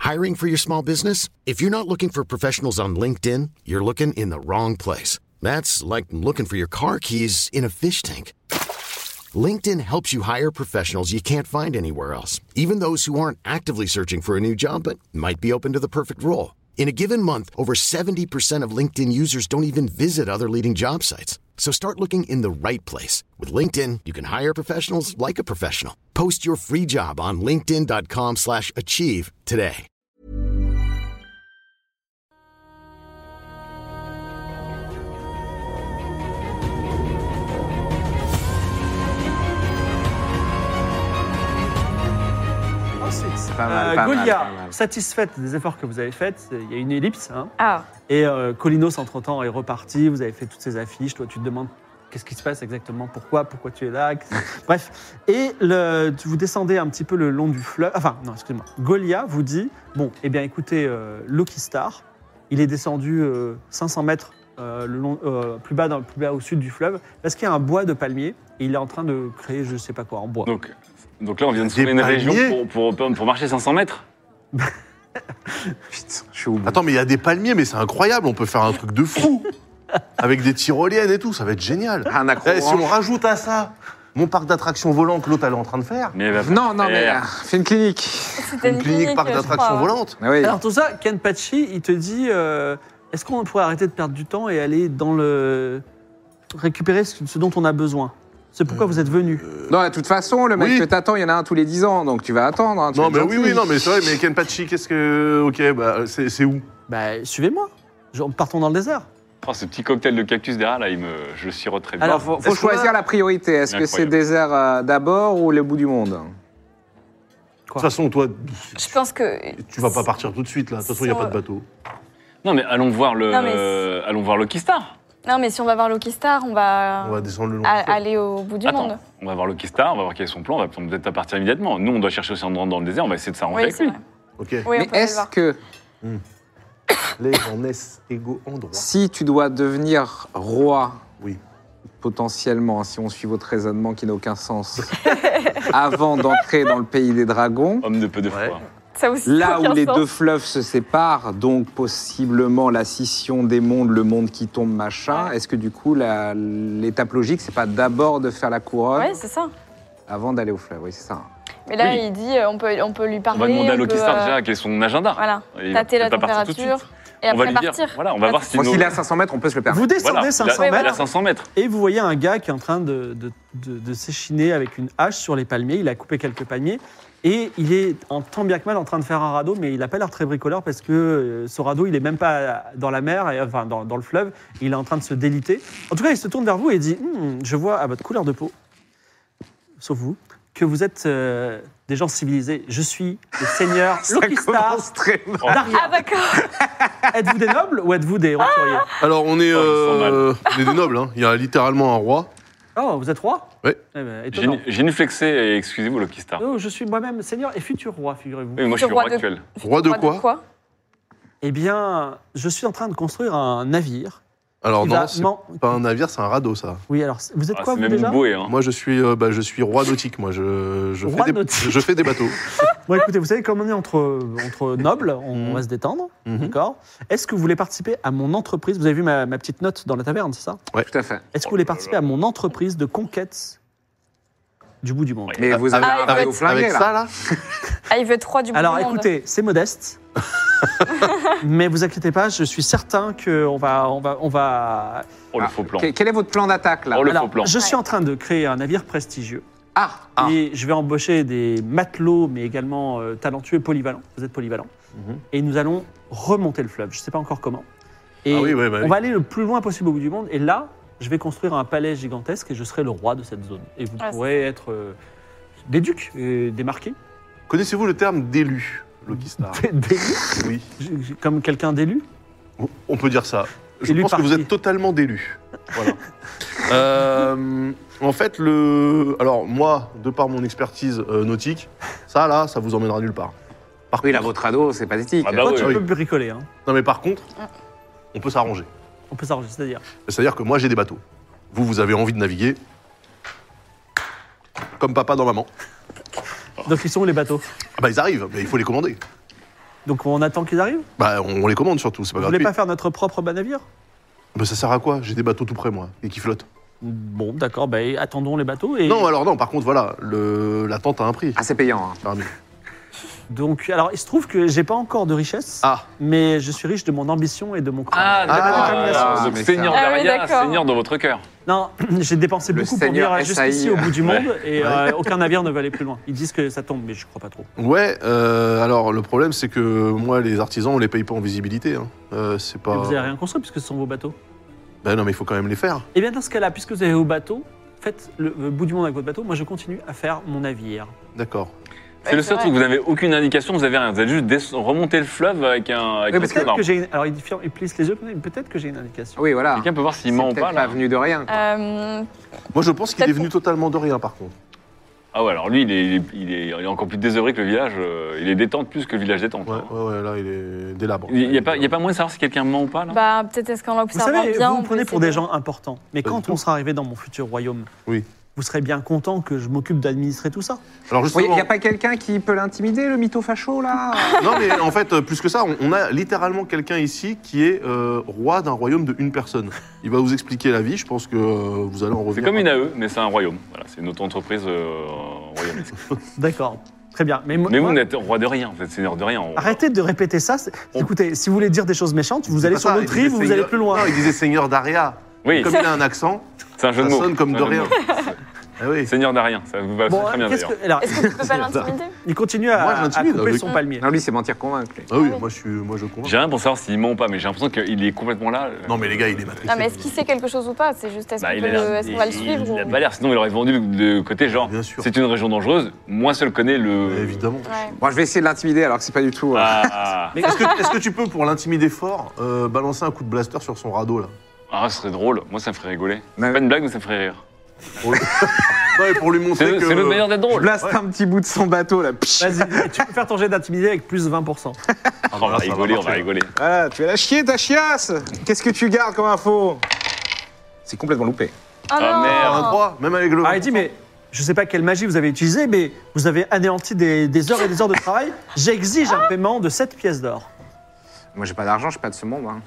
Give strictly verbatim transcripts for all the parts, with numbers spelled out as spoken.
Hiring for your small business? If you're not looking for professionals on LinkedIn, you're looking in the wrong place. That's like looking for your car keys in a fish tank. LinkedIn helps you hire professionals you can't find anywhere else, even those who aren't actively searching for a new job but might be open to the perfect role. In a given month, over seventy percent of LinkedIn users don't even visit other leading job sites. So start looking in the right place. With LinkedIn, you can hire professionals like a professional. Post your free job on linkedin.com slash achieve today. Ensuite, Pas mal, euh, pas mal, Golia, pas mal. satisfaite des efforts que vous avez faits, il y a une ellipse. Hein, Ah, et euh, Colinos, entre-temps, est reparti. Vous avez fait toutes ces affiches. Toi, tu te demandes qu'est-ce qui se passe exactement, pourquoi, pourquoi tu es là. Bref. Et le, vous descendez un petit peu le long du fleuve. Enfin, non, excusez-moi. Golia vous dit, bon, eh bien, écoutez, euh, Loki Star, il est descendu euh, cinq cents mètres euh, le long, euh, plus, bas dans, plus bas au sud du fleuve, parce qu'il y a un bois de palmiers, et il est en train de créer je ne sais pas quoi en bois. Donc, donc là, on vient de Des trouver une palmiers région pour, pour, pour marcher cinq cents mètres. Putain, je suis au bout. Attends, mais il y a des palmiers, mais c'est incroyable, on peut faire un truc de fou. Avec des tyroliennes et tout, ça va être génial. Un accro Eh, si on rajoute à ça mon parc d'attractions volant que l'autre elle est en train de faire, Mais elle va Non, non, mais faire. euh, fais une clinique. c'était une clinique parc je d'attractions crois. volante. Ah oui. Alors tout ça, Ken Pachi, il te dit, euh, est-ce qu'on pourrait arrêter de perdre du temps et aller dans le... récupérer ce ce dont on a besoin? C'est pourquoi vous êtes venus. Non, de toute façon, le mec Oui. que t'attends, il y en a un tous les dix ans, donc tu vas attendre. Hein, tu Non, vas mais être oui, gentil. oui, non, mais c'est vrai, mais Kenpachi, qu'est-ce que. Ok, bah, c'est c'est où? Bah, suivez-moi. Je- Partons dans le désert. Oh, ce petit cocktail de cactus derrière, là, il me... je le sirote très bien. Alors, Faut, faut Est-ce qu'on choisir a- la priorité. Est-ce que c'est Incroyable. désert euh, d'abord ou le bout du monde? De toute façon, toi, Je pense que. tu vas pas partir tout de suite, là. De toute façon, il n'y a pas de bateau. Non, mais allons voir le. Non, mais euh, allons voir Loki Star. Non, mais si on va voir Loki Star, on va, On va descendre le long. a- du fleuve. aller au bout du Attends, monde. on va voir Loki Star, on va voir quel est son plan, on va peut-être pas partir immédiatement. Nous, on doit chercher aussi un endroit dans le désert, on va essayer de s'arranger Oui, avec c'est lui. vrai. Ok. Oui, on Mais peut aller le est-ce voir. que Les gens naissent égaux en droit. si tu dois devenir roi, Oui. potentiellement, si on suit votre raisonnement qui n'a aucun sens, avant d'entrer dans le pays des dragons, Homme de peu de Ouais. foi. Ça aussi, là aucun où les sens. deux fleuves se séparent, donc possiblement la scission des mondes, le monde qui tombe, machin, Ouais. est-ce que du coup, la- l'étape logique, c'est pas d'abord de faire la couronne Ouais, c'est ça. avant d'aller au fleuve? Oui, c'est ça. Mais là, Oui. il dit, euh, on peut, on peut lui On parler. va demander à on Loki peut, Star euh, déjà quel est son agenda. Voilà. Il va Tâter la peut-être pas partir tout de température. suite. Et On va après lui dire, partir. voilà, on va voir si Moi, nos- s'il est à cinq cents mètres, on peut se le permettre. Vous descendez Voilà, cinq cents il a- Ouais, il a mètres cinq cents mètres. et vous voyez un gars qui est en train de, de, de- de s'échiner avec une hache sur les palmiers. Il a coupé quelques palmiers et il est en tant bien que mal en train de faire un radeau, mais il n'a pas l'air très bricoleur parce que euh, ce radeau, il n'est même pas dans la mer, et, enfin dans, dans le fleuve. Il est en train de se déliter. En tout cas, il se tourne vers vous et dit Hum, je vois à votre couleur de peau, sauf vous, que vous êtes euh, des gens civilisés. Je suis le seigneur Ça Loki Star commence très mal. d'Aria. Ah, d'accord. Êtes-vous des nobles ou êtes-vous des roturiers? Alors, on est, Oh, ils sont euh, on est des nobles, hein. Il y a littéralement un roi. Oh, vous êtes roi? Ouais. Eh ben, étonnant. Génie- Génuflexé et excusez-vous, Loki Star. Oh, je suis moi-même seigneur et futur roi, figurez-vous. Oui, moi, je suis Le le roi roi de- actuel. Roi de Roi quoi? quoi Eh bien, je suis en train de construire un navire. Alors, qui non, va c'est man- pas un navire, c'est un radeau, ça. Oui, alors, vous êtes Ah, quoi, c'est vous, même déjà une bouée, hein. Moi, je suis, euh, bah, je suis roi nautique, moi. Je, je, Roi fais, des, nautique. je fais des bateaux. Bon, écoutez, vous savez, comme on est entre, entre nobles, on, Mhm. on va se détendre, Mhm. d'accord? Est-ce que vous voulez participer à mon entreprise? Vous avez vu ma, ma petite note dans la taverne, c'est ça? Tout à fait. Est-ce que vous voulez participer à mon entreprise de conquête du bout du monde? Mais vous avez Ah, un il radeau peut flingué, Avec là. ça, là Ah, il veut être roi du bout Alors du monde. écoutez, c'est modeste, mais vous inquiétez pas, je suis certain qu'on va, on va, on va. Oh, le Ah, faux plan. que- Quel est votre plan d'attaque, là? Oh, le Alors, faux plan. je suis en train de créer un navire prestigieux Ah, ah. et je vais embaucher des matelots, mais également euh, talentueux, polyvalents. Vous êtes polyvalents. Mhm. Et nous allons remonter le fleuve. Je ne sais pas encore comment. Et Ah oui, ouais, bah on oui. va aller le plus loin possible au bout du monde. Et là, je vais construire un palais gigantesque et je serai le roi de cette zone. Et vous Ah, pourrez être euh, des ducs, et des marquis, Connaissez-vous le terme d'élu, Loki Star? d'élus, Oui. J- comme quelqu'un d'élu. On peut dire ça. Je Élu pense que par vous qui? êtes totalement d'élu. Voilà. Euh, en fait, le. Alors, moi, de par mon expertise euh, nautique, ça, là, ça vous emmènera nulle part. Par Oui, là, contre- votre radeau, c'est pathétique. Ah bah Toi, oui, tu oui. peux bricoler. Hein. Non, mais par contre, on peut s'arranger. On peut s'arranger, c'est-à-dire. C'est-à-dire que moi, j'ai des bateaux. Vous, vous avez envie de naviguer. Comme papa dans maman. Donc, ils sont où les bateaux? Ah bah, ils arrivent, mais il faut les commander. Donc on attend qu'ils arrivent. Bah, on, on les commande surtout, c'est pas Vous voulez gratuit. pas faire notre propre bas navire? Bah, ça sert à quoi? J'ai des bateaux tout près, moi, et qui flottent. Bon, d'accord, bah, attendons les bateaux. Et... Non, alors non, par contre, voilà, le... la tente a un prix. Ah, c'est payant. Hein. Parmi. Donc, alors, il se trouve que j'ai pas encore de richesse, Ah, mais je suis riche de mon ambition et de mon crâne. Ah, Et de ma d'accord. détermination. Ah, Donc mais Seigneur ça- Ah oui, d'Aria, d'accord. Seigneur dans votre cœur. Non, j'ai dépensé Le beaucoup pour seigneur venir S A I. jusqu'ici au bout du monde et Ouais. euh, aucun navire ne veut aller plus loin. Ils disent que ça tombe, mais je crois pas trop. ouais, euh, alors le problème, c'est que moi, les artisans, on les paye pas en visibilité. Hein. Euh, c'est pas. Et vous avez rien construit puisque ce sont vos bateaux. Ben non, mais il faut quand même les faire. Et bien dans ce cas-là, puisque vous avez vos bateaux, faites le, le bout du monde avec votre bateau. Moi, je continue à faire mon navire. D'accord. C'est le c'est seul vrai. truc, vous n'avez aucune indication, vous avez rien. Vous avez juste des- remonté le fleuve avec un. Avec Oui, un parce Peut-être arbre. que j'ai une... Alors, il, ferme- il plisse les yeux. Peut-être que j'ai une indication. Oui, voilà. Quelqu'un peut voir s'il C'est ment ou peut-être pas là. venu de rien. quoi. Euh, Moi, je pense qu'il est Peut-être venu totalement de rien, par contre. Ah ouais, alors lui, il est, il est, il est- il est encore plus désœuvré que le village. euh, Il est détente plus que le village détente. Ouais, hein. ouais, ouais, là, il est délabre. Il n'y a, pas- il y a pas moyen de savoir si quelqu'un ment ou pas là bah, peut-être est-ce qu'en Vous l'observant savez, bien. vous on me peut prenez pour des essayer de- gens importants. Mais Pas du quand tout. on sera arrivé dans mon futur royaume, Oui. vous serez bien content que je m'occupe d'administrer tout ça. Alors, Il justement. n'y a pas quelqu'un qui peut l'intimider, le mytho facho, là? Non, mais en fait, euh, plus que ça, on, on a littéralement quelqu'un ici qui est euh, roi d'un royaume de une personne. Il va vous expliquer la vie, je pense que euh, vous allez en revenir. C'est comme une A E, mais c'est un royaume. Voilà, c'est une auto-entreprise euh, royaumaise. D'accord. Très bien. Mais, moi- Mais vous n'êtes roi de rien, vous êtes seigneur de rien. Arrêtez de répéter ça. c'est- On- Écoutez, si vous voulez dire des choses méchantes, vous C'est allez pas sur ça, l'autre il disait rive ou vous allez seigneur- plus loin. Non, il disait seigneur d'Aria. Oui, Comme il a un accent, c'est un jeu de ça mots. sonne comme C'est de un jeu rien. mots. ah oui. Seigneur d'Arien, ça vous va Bon, très bien qu'est-ce d'ailleurs. que- alors, Est-ce que tu peux pas l'intimider? il continue à, Moi, je à l'intimide, couper oui. son palmier. Non, lui, c'est mentir convaincre. lui. Ah oui, Ah oui. moi je, suis, moi je convainc. J'ai rien pour savoir s'il ment ou pas, mais j'ai l'impression qu'il est complètement là. Non, mais les gars, il est matrixé. Non, mais est-ce qu'il sait quelque chose ou pas? C'est juste est-ce Bah, qu'on il peut a le- l'air- est-ce qu'on va le il- suivre Il ou- a pas l'air, sinon il aurait vendu de côté genre. Bien sûr. C'est une région dangereuse, moi seul connais le. Mais évidemment. Ouais. Bon, je vais essayer de l'intimider alors que c'est pas du tout. euh, Ah, Est-ce que, est-ce que tu peux, pour l'intimider fort, euh, balancer un coup de blaster sur son radeau, là ah, ce serait drôle, moi ça me ferait rigoler. Mais- C'est pas une blague, mais ça me ferait rire. pour... Non, mais pour lui montrer C'est que... c'est le meilleur d'être Je drôle. blaste un petit bout de son bateau là. Psh. Vas-y, tu peux faire ton jet d'intimidé avec plus vingt pour cent. Ah, on voilà, va ça va rigoler, on va marcher. rigoler. Voilà, tu vas la chier ta chiasse. Qu'est-ce que tu gardes comme info? C'est complètement loupé. Ah Ah, non merde. Un trois, même avec le... Ah, il dit, mais je sais pas quelle magie vous avez utilisée, mais vous avez anéanti des, des heures et des heures de travail. J'exige un paiement de sept pièces d'or. Moi, j'ai pas d'argent, je suis pas de ce monde. Hein.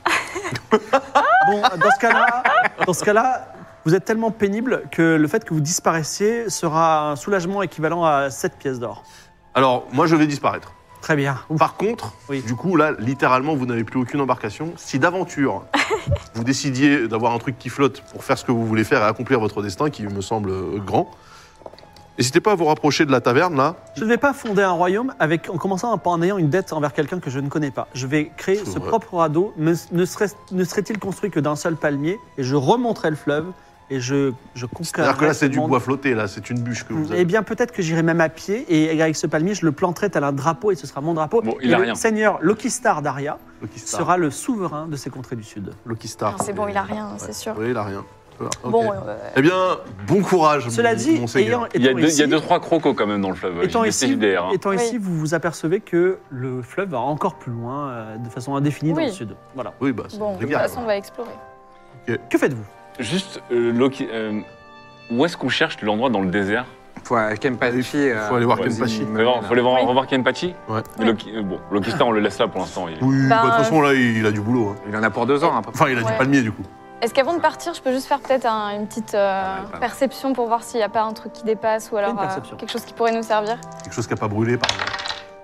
Bon, dans ce cas-là, dans ce cas-là, vous êtes tellement pénible que le fait que vous disparaissiez sera un soulagement équivalent à sept pièces d'or. Alors, moi, je vais disparaître. Très bien. Par contre, Oui. du coup, là, littéralement, vous n'avez plus aucune embarcation. Si d'aventure, vous décidiez d'avoir un truc qui flotte pour faire ce que vous voulez faire et accomplir votre destin, qui me semble euh, grand, n'hésitez pas à vous rapprocher de la taverne, là. Je ne vais pas fonder un royaume avec, en commençant par en ayant une dette envers quelqu'un que je ne connais pas. Je vais créer C'est ce vrai. propre radeau. Ne, ne serait, ne serait-il construit que d'un seul palmier et je remonterai le fleuve et je, je conquerrai. C'est-à-dire que là, c'est ce du monde. bois flotté, là. C'est une bûche que vous Eh avez. bien, peut-être que j'irai même à pied et avec ce palmier, je le planterai tel un drapeau et ce sera mon drapeau. Bon, il et a le rien. seigneur Lokistar d'Aria Loki Star. sera le souverain de ces contrées du Sud. Loki Star. Non, c'est bon, il a rien, c'est sûr. Oui, il a rien. Voilà, ok. Bon, euh, Eh bien, bon courage, Cela mon, dit, mon seigneur. ayant, Il y, a étant deux, il y a ici, deux, trois crocos quand même dans le fleuve. étant J'ai ici, des C J D R, hein. étant Oui. ici, vous vous apercevez que le fleuve va encore plus loin, euh, de façon indéfinie dans Oui. le Sud. Voilà. Oui, bah, c'est bon, de toute régal. façon, on va explorer. Que faites-vous? Juste, euh, Loki, euh, où est-ce qu'on cherche l'endroit dans le désert? Faut à Kenpachi. Faut aller voir euh, Kenpachi. me- Faut aller voir, faut aller voir, Oui. revoir Kenpachi. Ouais. Mais Loki, euh, bon, Loki Star, on le laisse là pour l'instant. il- Oui, Bah, bah, de toute façon, là, il a du boulot. hein. Il en a pour deux ans, à peu près. Enfin, il a du Ouais. palmier, du coup. Est-ce qu'avant de partir, je peux juste faire peut-être un- une petite euh, Ouais, pas- perception pour voir s'il n'y a pas un truc qui dépasse ou alors une euh, perception. quelque chose qui pourrait nous servir? Quelque chose qui n'a pas brûlé, par exemple.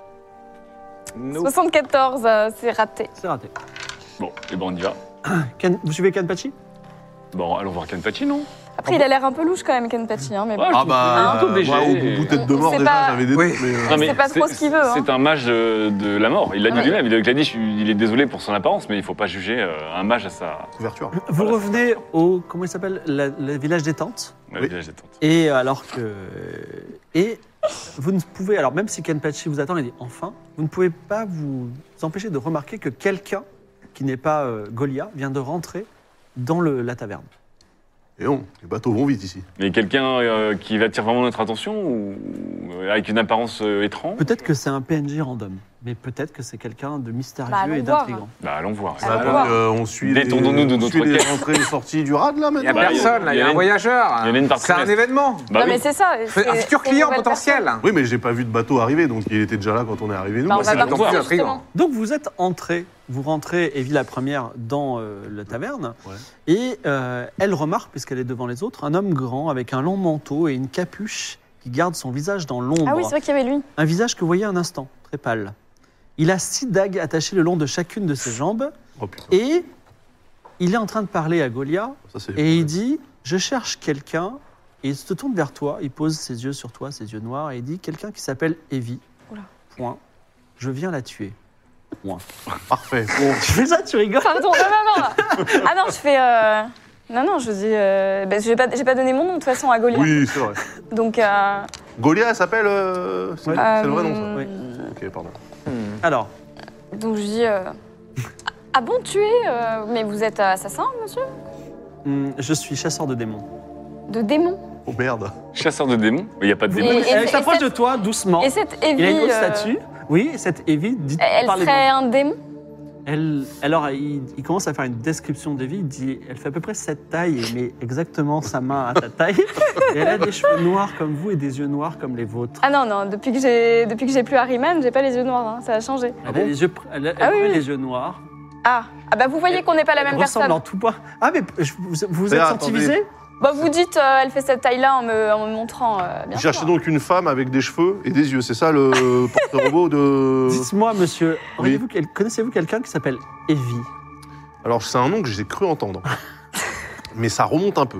Nope. soixante-quatorze, euh, c'est raté. C'est raté. Bon, et ben on y va. Ken- vous suivez Kanpachi? Bon, allons voir Kenpachi, non? Après, il a l'air un peu louche quand même, Kenpachi. Hein, mais bon. Ouais, Ah bah, plutôt léger. moi, au bout de tête de On mort, sait déjà, pas. j'avais des Oui. doutes, mais... euh, Non, mais sait pas trop c'est- ce qu'il veut, hein. C'est un mage euh, de la mort. Il l'a dit Ouais. lui-même. Il a dit, je suis- il est désolé pour son apparence, mais il faut pas juger euh, un mage à sa. couverture. Vous Voilà. revenez au, comment il s'appelle, la- le village des tentes. Ouais, Oui. village détente. Et alors que. Et vous ne pouvez. Alors, même si Kenpachi vous attend et dit enfin, vous ne pouvez pas vous empêcher de remarquer que quelqu'un qui n'est pas euh, Goliath vient de rentrer dans le, la taverne. Et non, les bateaux vont vite ici. Mais quelqu'un euh, qui va attirer vraiment notre attention ou ou avec une apparence euh, étrange? Peut-être que c'est un P N J random. Mais peut-être que c'est quelqu'un de mystérieux Bah, allons et voir. d'intrigant. Bah, allons voir. Ah, Bah, ouais. donc, euh, on suit les, Détournons-nous de on notre suit les quête. entrées et sorties du rad, là, Il n'y a maintenant. Bah, personne, là, il y a un une- voyageur. il y en a une par C'est un trimestre. événement. Bah non, oui. mais c'est ça. c'est- Un futur c'est une client nouvelle potentiel. personne. Oui, mais j'ai pas vu de bateau arriver, donc il était déjà là quand on est arrivé. nous. Bah, on Moi, va c'est partir, d'autant plus justement. intriguant. Donc vous êtes entré, vous rentrez, Evie la première, dans euh, la taverne, Ouais. et euh, elle remarque, puisqu'elle est devant les autres, un homme grand avec un long manteau et une capuche qui garde son visage dans l'ombre. Ah oui, c'est vrai qu'il y avait lui. Un visage que vous voyez un instant, très pâle. Il a six dagues attachées le long de chacune de ses jambes, Oh putain, et il est en train de parler à Goliath, ça c'est. et il dit « Je cherche quelqu'un », et il se tourne vers toi, il pose ses yeux sur toi, ses yeux noirs, et il dit « Quelqu'un qui s'appelle Evie, Oula. point, je viens la tuer. » Point. Parfait. Bon. Tu fais ça, tu rigoles? Pardon, non, non, non. Ah non, je fais. euh, Non, non, je dis. Euh... Ben, j'ai pas, j'ai pas donné mon nom de toute façon à Goliath. Oui, c'est vrai. Donc. Euh... Goliath s'appelle. euh, C'est Ouais. c'est le vrai nom, ça. euh, Oui. Ok, pardon. Alors, Donc je dis. Euh... Ah bon, tuer euh, Mais vous êtes assassin, monsieur hum, je suis chasseur de démons. De démons. Oh merde. Chasseur de démons. Mais il n'y a pas de Et- démons. et- Elle s'approche cette- de toi doucement. Et cette Il a une Evie. autre euh, statue. Oui, cette Evie, dit Elle parlez serait un démon Elle, alors, il, il commence à faire une description d'Evie. Il dit, elle fait à peu près cette taille, et met exactement sa main à ta taille. Et elle a des cheveux noirs comme vous et des yeux noirs comme les vôtres. Ah non, non, depuis que j'ai depuis que j'ai plus Harryman, j'ai pas les yeux noirs, hein, ça a changé. Elle a les yeux, elle a- elle Ah oui, a oui. les yeux noirs. Ah, ah bah vous voyez qu'on n'est pas la Elle même ressemble personne. en tout point. Ah, mais je- vous vous, vous Mais êtes attendez. senti visé? Bah vous dites, euh, elle fait cette taille-là en me, en me montrant, euh, bien Vous sûr. cherchez donc une femme avec des cheveux et des yeux, c'est ça le porte-robot de. Dites-moi, monsieur, Oui. auriez-vous quel- connaissez-vous quelqu'un qui s'appelle Evie? Alors, c'est un nom que j'ai cru entendre. Mais ça remonte un peu.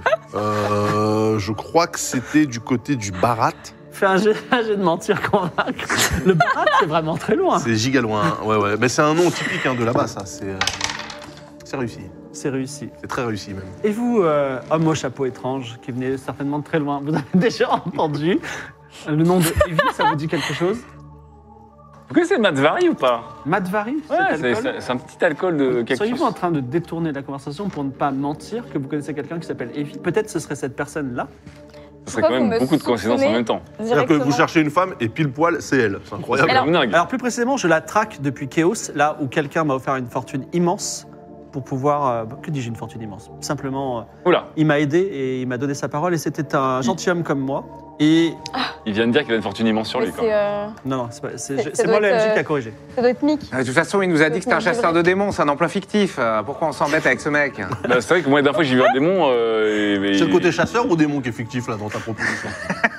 Euh, je crois que c'était du côté du Barat. Fais un jet, un jet de mentir convaincre. Le barat, c'est vraiment très loin. C'est giga loin. Ouais, ouais. Mais c'est un nom typique hein, de là-bas, ça. C'est euh, c'est réussi. C'est réussi. C'est très réussi, même. Et vous, euh, homme au chapeau étrange, qui venez certainement de très loin, vous avez déjà entendu le nom de Evie, ça vous dit quelque chose? Vous connaissez Matvari ou pas? Matvari, Ouais, cet c'est alcool? c'est- c'est un petit alcool de quelque Seriez-vous chose. en train de détourner la conversation pour ne pas mentir que vous connaissez quelqu'un qui s'appelle Evie? Peut-être ce serait cette personne-là. Ce serait quand Pourquoi vous même me beaucoup de coïncidences en soupçonnez même temps. C'est-à-dire que Directement. vous cherchez une femme et pile poil, c'est elle. C'est incroyable. Alors- Comme dingue. Alors plus précisément, je la traque depuis Chaos, là où quelqu'un m'a offert une fortune immense pour pouvoir... euh, que dis-je, une fortune immense? Simplement, euh, Oula, il m'a aidé et il m'a donné sa parole et c'était un gentilhomme comme moi. Et... il vient de dire qu'il a une fortune immense sur Mais lui. Quand c'est, même. euh, Non, non, c'est pas- c'est C'est- c'est ça moi doit le être, M J qui euh, a corrigé. ça doit être Mick. De toute façon, il nous a dit que c'était un chasseur de démons, c'est un emploi fictif. Euh, Pourquoi on s'embête avec ce mec? Bah, c'est vrai que moi, la dernière fois que j'ai vu un démon. euh, et- C'est le et- côté chasseur ou démon qui est fictif, là, dans ta proposition?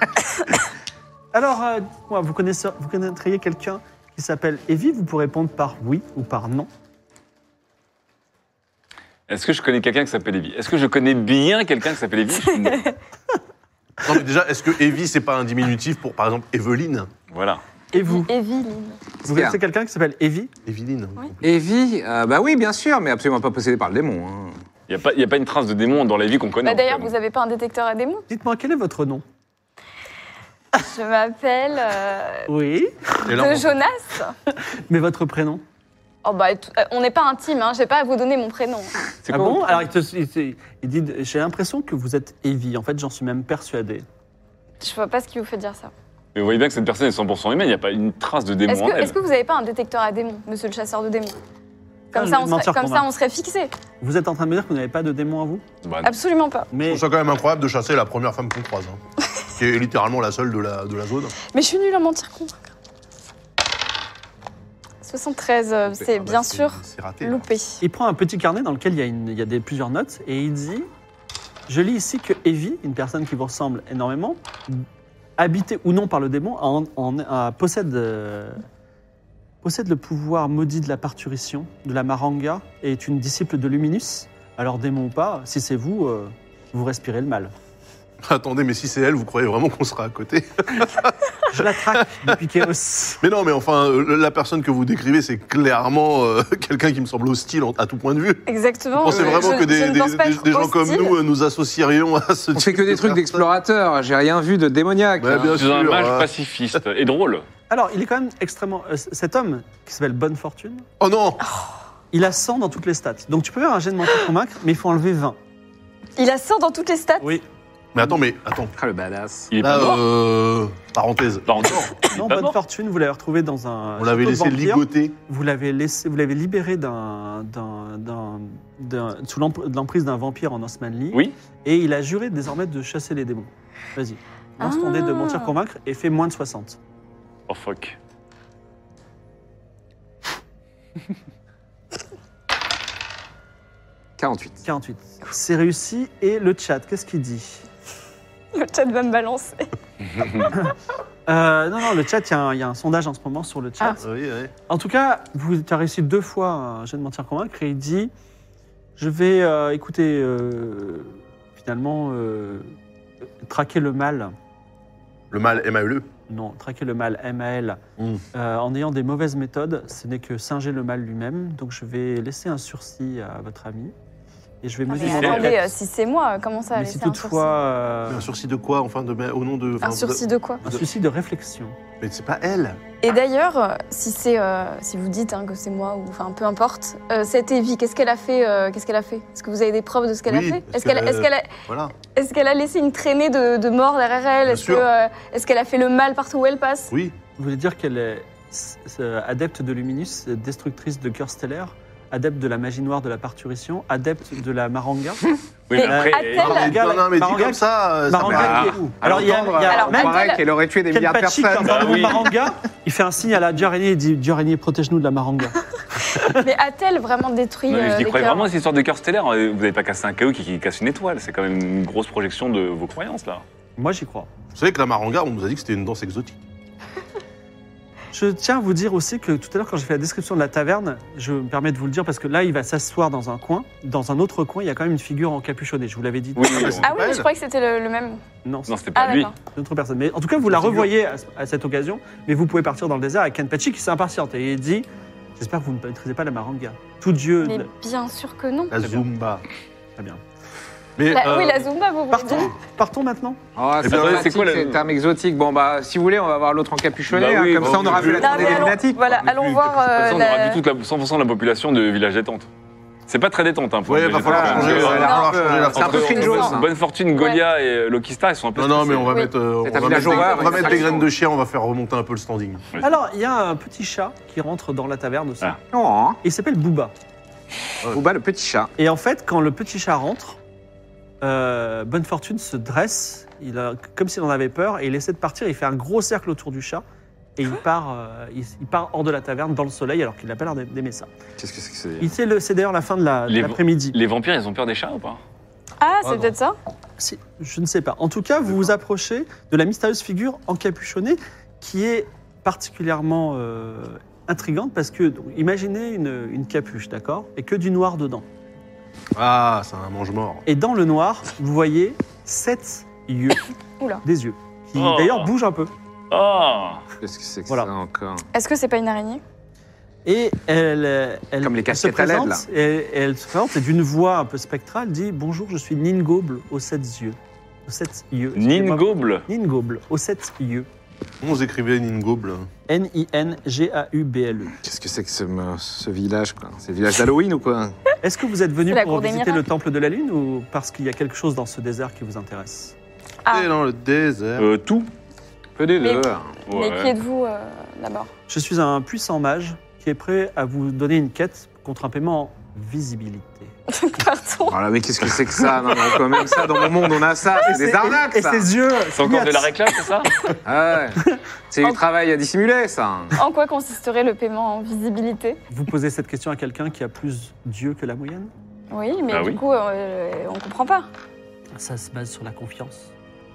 Alors, euh, dites-moi, vous, connaissez, vous connaîtriez quelqu'un qui s'appelle Evie? Vous pourrez répondre par oui ou par non. Est-ce que je connais quelqu'un qui s'appelle Evie? Est-ce que je connais bien quelqu'un qui s'appelle Evie? Je suis non. Non, mais déjà, est-ce que Evie, c'est pas un diminutif pour, par exemple, Evelyne? Voilà. Et vous? Evie. Vous connaissez quelqu'un qui s'appelle Evie? Evelyne. Oui. Evie, euh, bah oui, bien sûr, mais absolument pas possédé par le démon. hein. Il n'y a, pas- y a pas une trace de démon dans la vie qu'on connaît. Bah, D'ailleurs, en fait. vous avez pas un détecteur à démons? Dites-moi, quel est votre nom? Je m'appelle euh, Oui. Et là, De on- Jonas. Mais votre prénom? Oh bah, tout- euh, on n'est pas intime, hein, je vais pas vous donner mon prénom. C'est Ah quoi bon? votre- Alors, il, te- il te- il dit, j'ai l'impression que vous êtes Evie. En fait, j'en suis même persuadé. Je vois pas ce qui vous fait dire ça. Mais vous voyez bien que cette personne est cent pour cent humaine, il n'y a pas une trace de démon Est-ce en que, elle. est-ce que vous avez pas un détecteur à démons, monsieur le chasseur de démons? Comme, Ah, ça, je on vais serait, mentir comme pour ça, moi. on serait fixé. Vous êtes en train de me dire que vous n'avez pas de démon à vous? Bah, Absolument pas. Je Mais trouve ça quand même incroyable de chasser la première femme qu'on croise, hein, qui est littéralement la seule de la, de la zone. Mais je suis nulle à mentir convaincre. soixante-treize, euh, c'est Ah bah, bien sûr C'est raté. là. loupé. il prend un petit carnet dans lequel il y a, une- il y a des, plusieurs notes et il dit, je lis ici que Evie, une personne qui vous ressemble énormément, habitée ou non par le démon, en, en- en- possède, euh, possède le pouvoir maudit de la parturition, de la maranga, et est une disciple de Luminus. Alors démon ou pas, si c'est vous, euh, vous respirez le mal. Attendez, mais si c'est elle, vous croyez vraiment qu'on sera à côté? Je la traque depuis Chaos. Mais non, mais enfin, euh, la personne que vous décrivez, c'est clairement euh, quelqu'un qui me semble hostile en- à tout point de vue. Exactement. Vous pensez Je- vraiment je- que des, je ne des- pense pas des- être des gens comme hostile. nous euh, nous associerions à ce On type fait que de des trucs personnes? d'explorateurs, j'ai rien vu de démoniaque. Ouais, hein. bien je suis un sûr, mage hein. pacifiste et drôle. Alors, il est quand même extrêmement... euh, cet homme, qui s'appelle Bonne Fortune, Oh non! il a cent dans toutes les stats. Donc tu peux faire un jet de mentir convaincre, mais il faut enlever vingt. Il a cent dans toutes les stats. Oui. Mais attends, mais attends. Ah, le badass. Il est Là, pas mort. euh, parenthèse. Pas encore. Il est Non, pas bonne mort. fortune, vous l'avez retrouvé dans un. On l'avait château de laissé vampire. ligoter. Vous l'avez laissé, vous l'avez libéré d'un, d'un, d'un, d'un- sous l'emp- de l'emprise d'un vampire en Osmanli. Oui. Et il a juré désormais de chasser les démons. Vas-y. Lance ton dé de Ah. mentir convaincre et fais moins de soixante. Oh fuck. quarante-huit. quarante-huit. C'est réussi. Et le chat, qu'est-ce qu'il dit? Le chat va me balancer. Euh, non, non, le chat, il y, a un- il y a un sondage en ce moment sur le chat. Oui, oui. En tout cas, vous tu as réussi deux fois un jeu de mentir convaincre et il dit je vais euh, écouter euh, finalement euh, traquer le mal. Le mal M A L E. Non, traquer le mal, M A L, Mm. euh, en ayant des mauvaises méthodes, ce n'est que singer le mal lui-même. Donc je vais laisser un sursis à votre ami et je vais Ah, mesurer. mais c'est- attendez, euh, si c'est moi, comment ça Mais laisser si un toutefois euh, Mais un sursis de quoi, enfin, de, au nom de. sursis Un enfin, sursis de quoi un sursis de réflexion. Mais c'est pas elle. Et d'ailleurs, euh, si c'est, euh, si vous dites hein, que c'est moi ou enfin peu importe, euh, cette Evie, qu'est-ce qu'elle a fait euh, Qu'est-ce qu'elle a fait Est-ce que vous avez des preuves de ce qu'elle Oui, a fait parce Est-ce qu'elle, que- est-ce qu'elle, a, Voilà. est-ce qu'elle a laissé une traînée de, de mort derrière elle Bien Est-ce sûr. que, euh, est-ce qu'elle a fait le mal partout où elle passe Oui. Vous voulez dire qu'elle est s- s- adepte de Luminus, destructrice de cœurs stellaires, adepte de la magie noire de la parturition, adepte de la maranga. Oui, mais Mais après. a-t-elle- Non, mais, Maranga, non, non, mais dit Maranga- comme ça. euh, ça Maranga me- qui est où Alors, il y a, il y a Alors, même on croirait Mathilde- qu'elle aurait tué des milliards de Kenpachi qui est en personnes. train de Ah oui. Maranga, il fait un signe à la dieu araignée et dit dieu araignée, protège-nous de la Maranga. Mais a-t-elle vraiment détruit Non, mais euh, je dis, les croyez cœurs vraiment à cette histoire de cœur stellaire. Vous n'avez pas cassé un caillou qui, qui casse une étoile. C'est quand même une grosse projection de vos croyances, là. Moi, j'y crois. Vous savez que la maranga, on nous a dit que c'était une danse exotique. Je tiens à vous dire aussi que tout à l'heure, quand j'ai fait la description de la taverne, je me permets de vous le dire parce que là, il va s'asseoir dans un coin. Dans un autre coin, il y a quand même une figure encapuchonnée. Je vous l'avais dit. Oui, Ah, oui, mais oui. Ah oui, pas mais elle. je croyais que c'était le, le même. Non, c'est Non, c'était pas Ah lui. d'accord. une autre personne. Mais en tout cas, vous la figure. revoyez à, à cette occasion. Mais vous pouvez partir dans le désert avec Kenpachi qui s'impatiente et il dit j'espère que vous ne maîtrisez pas la Maranga. Tout dieu. Mais de- bien sûr que non. La Très bien. Zumba. Très bien. Mais, La- euh, Oui, la Zumba, vous voulez Partons, dire partons maintenant. Oh, Eh c'est bien, pratique, c'est quoi, le- c'est un terme exotique. Bon, bah, si vous voulez, on va voir l'autre encapuchonné. Bah oui, hein, comme bah ça, on oui, aura oui. vu la Non, tournée mais des allons- lunatiques. Voilà, Mais allons plus, voir quelque chose. De toute euh, façon, on aura la... vu toute la, cent pour cent de la population de village détente. C'est pas très détente, hein. pour Ouais, un va village falloir détente. changer, Euh, va Non. falloir changer la C'est un peu Entre- Fringe Jones, hein. Bonne Fortune, Golia et Lokistar, ils sont un peu Non, non, mais on va Oui. mettre, euh, C'est on un va village mettre, horreur, on va une mettre des station. graines de chien, on va faire remonter un peu le standing. Alors, il y a un petit chat qui rentre dans la taverne aussi. Ah. Oh, Il s'appelle Booba. Booba, le petit chat. Et en fait, quand le petit chat rentre, euh, Bonne Fortune se dresse, il a, comme s'il en avait peur, et il essaie de partir. Il fait un gros cercle autour du chat et il part, euh, il, il part hors de la taverne dans le soleil alors qu'il n'a pas l'air d'aimer ça. Qu'est-ce que c'est que c'est Il sait le- C'est d'ailleurs la fin de la- de Les- l'après-midi. Les vampires, ils ont peur des chats ou pas? Ah, c'est Ah, non. peut-être ça C'est- Je ne sais pas. En tout cas, vous vous approchez de la mystérieuse figure encapuchonnée qui est particulièrement euh, intrigante parce que, donc, imaginez une, une capuche, d'accord, et que du noir dedans. Ah, c'est un mange-mort. Et dans le noir, vous voyez sept yeux, Oula. des yeux, qui Oh. d'ailleurs bougent un peu. Ah Qu'est-ce que c'est que Voilà. ça encore? Est-ce que c'est pas une araignée Et elle, euh, elle, Comme les elle se casquettes à L E D, présente, et, et elle se présente et d'une voix un peu spectrale, elle dit bonjour, je suis Ningoble aux sept yeux. Aux sept yeux. excusez-moi. Ningoble. Ningoble aux sept yeux. Comment vous écrivez Ningoble? N I N G A U B L E. Qu'est-ce que c'est que ce, ce village, quoi? C'est le village d'Halloween ou quoi? Est-ce que vous êtes venu C'est la pour cour des visiter le miracles. temple de la lune ou parce qu'il y a quelque chose dans ce désert qui vous intéresse? Ah. C'est dans le désert. Euh, tout. Peu des Mais- deux. Mais qui Ouais. êtes-vous euh, d'abord Je suis un puissant mage qui est prêt à vous donner une quête contre un paiement en visibilité. Pardon. Voilà, mais qu'est-ce que c'est que ça? Non, mais quand même, ça, dans mon monde, on a ça. C'est des arnaques, Et ça. ses yeux. C'est encore de la clignotent. réclame, c'est ça? Ah ouais. C'est du travail à dissimuler, ça. En quoi consisterait le paiement en visibilité Vous posez cette question à quelqu'un qui a plus d'yeux que la moyenne? Oui, mais Bah du oui. coup, euh, on comprend pas. Ça se base sur la confiance.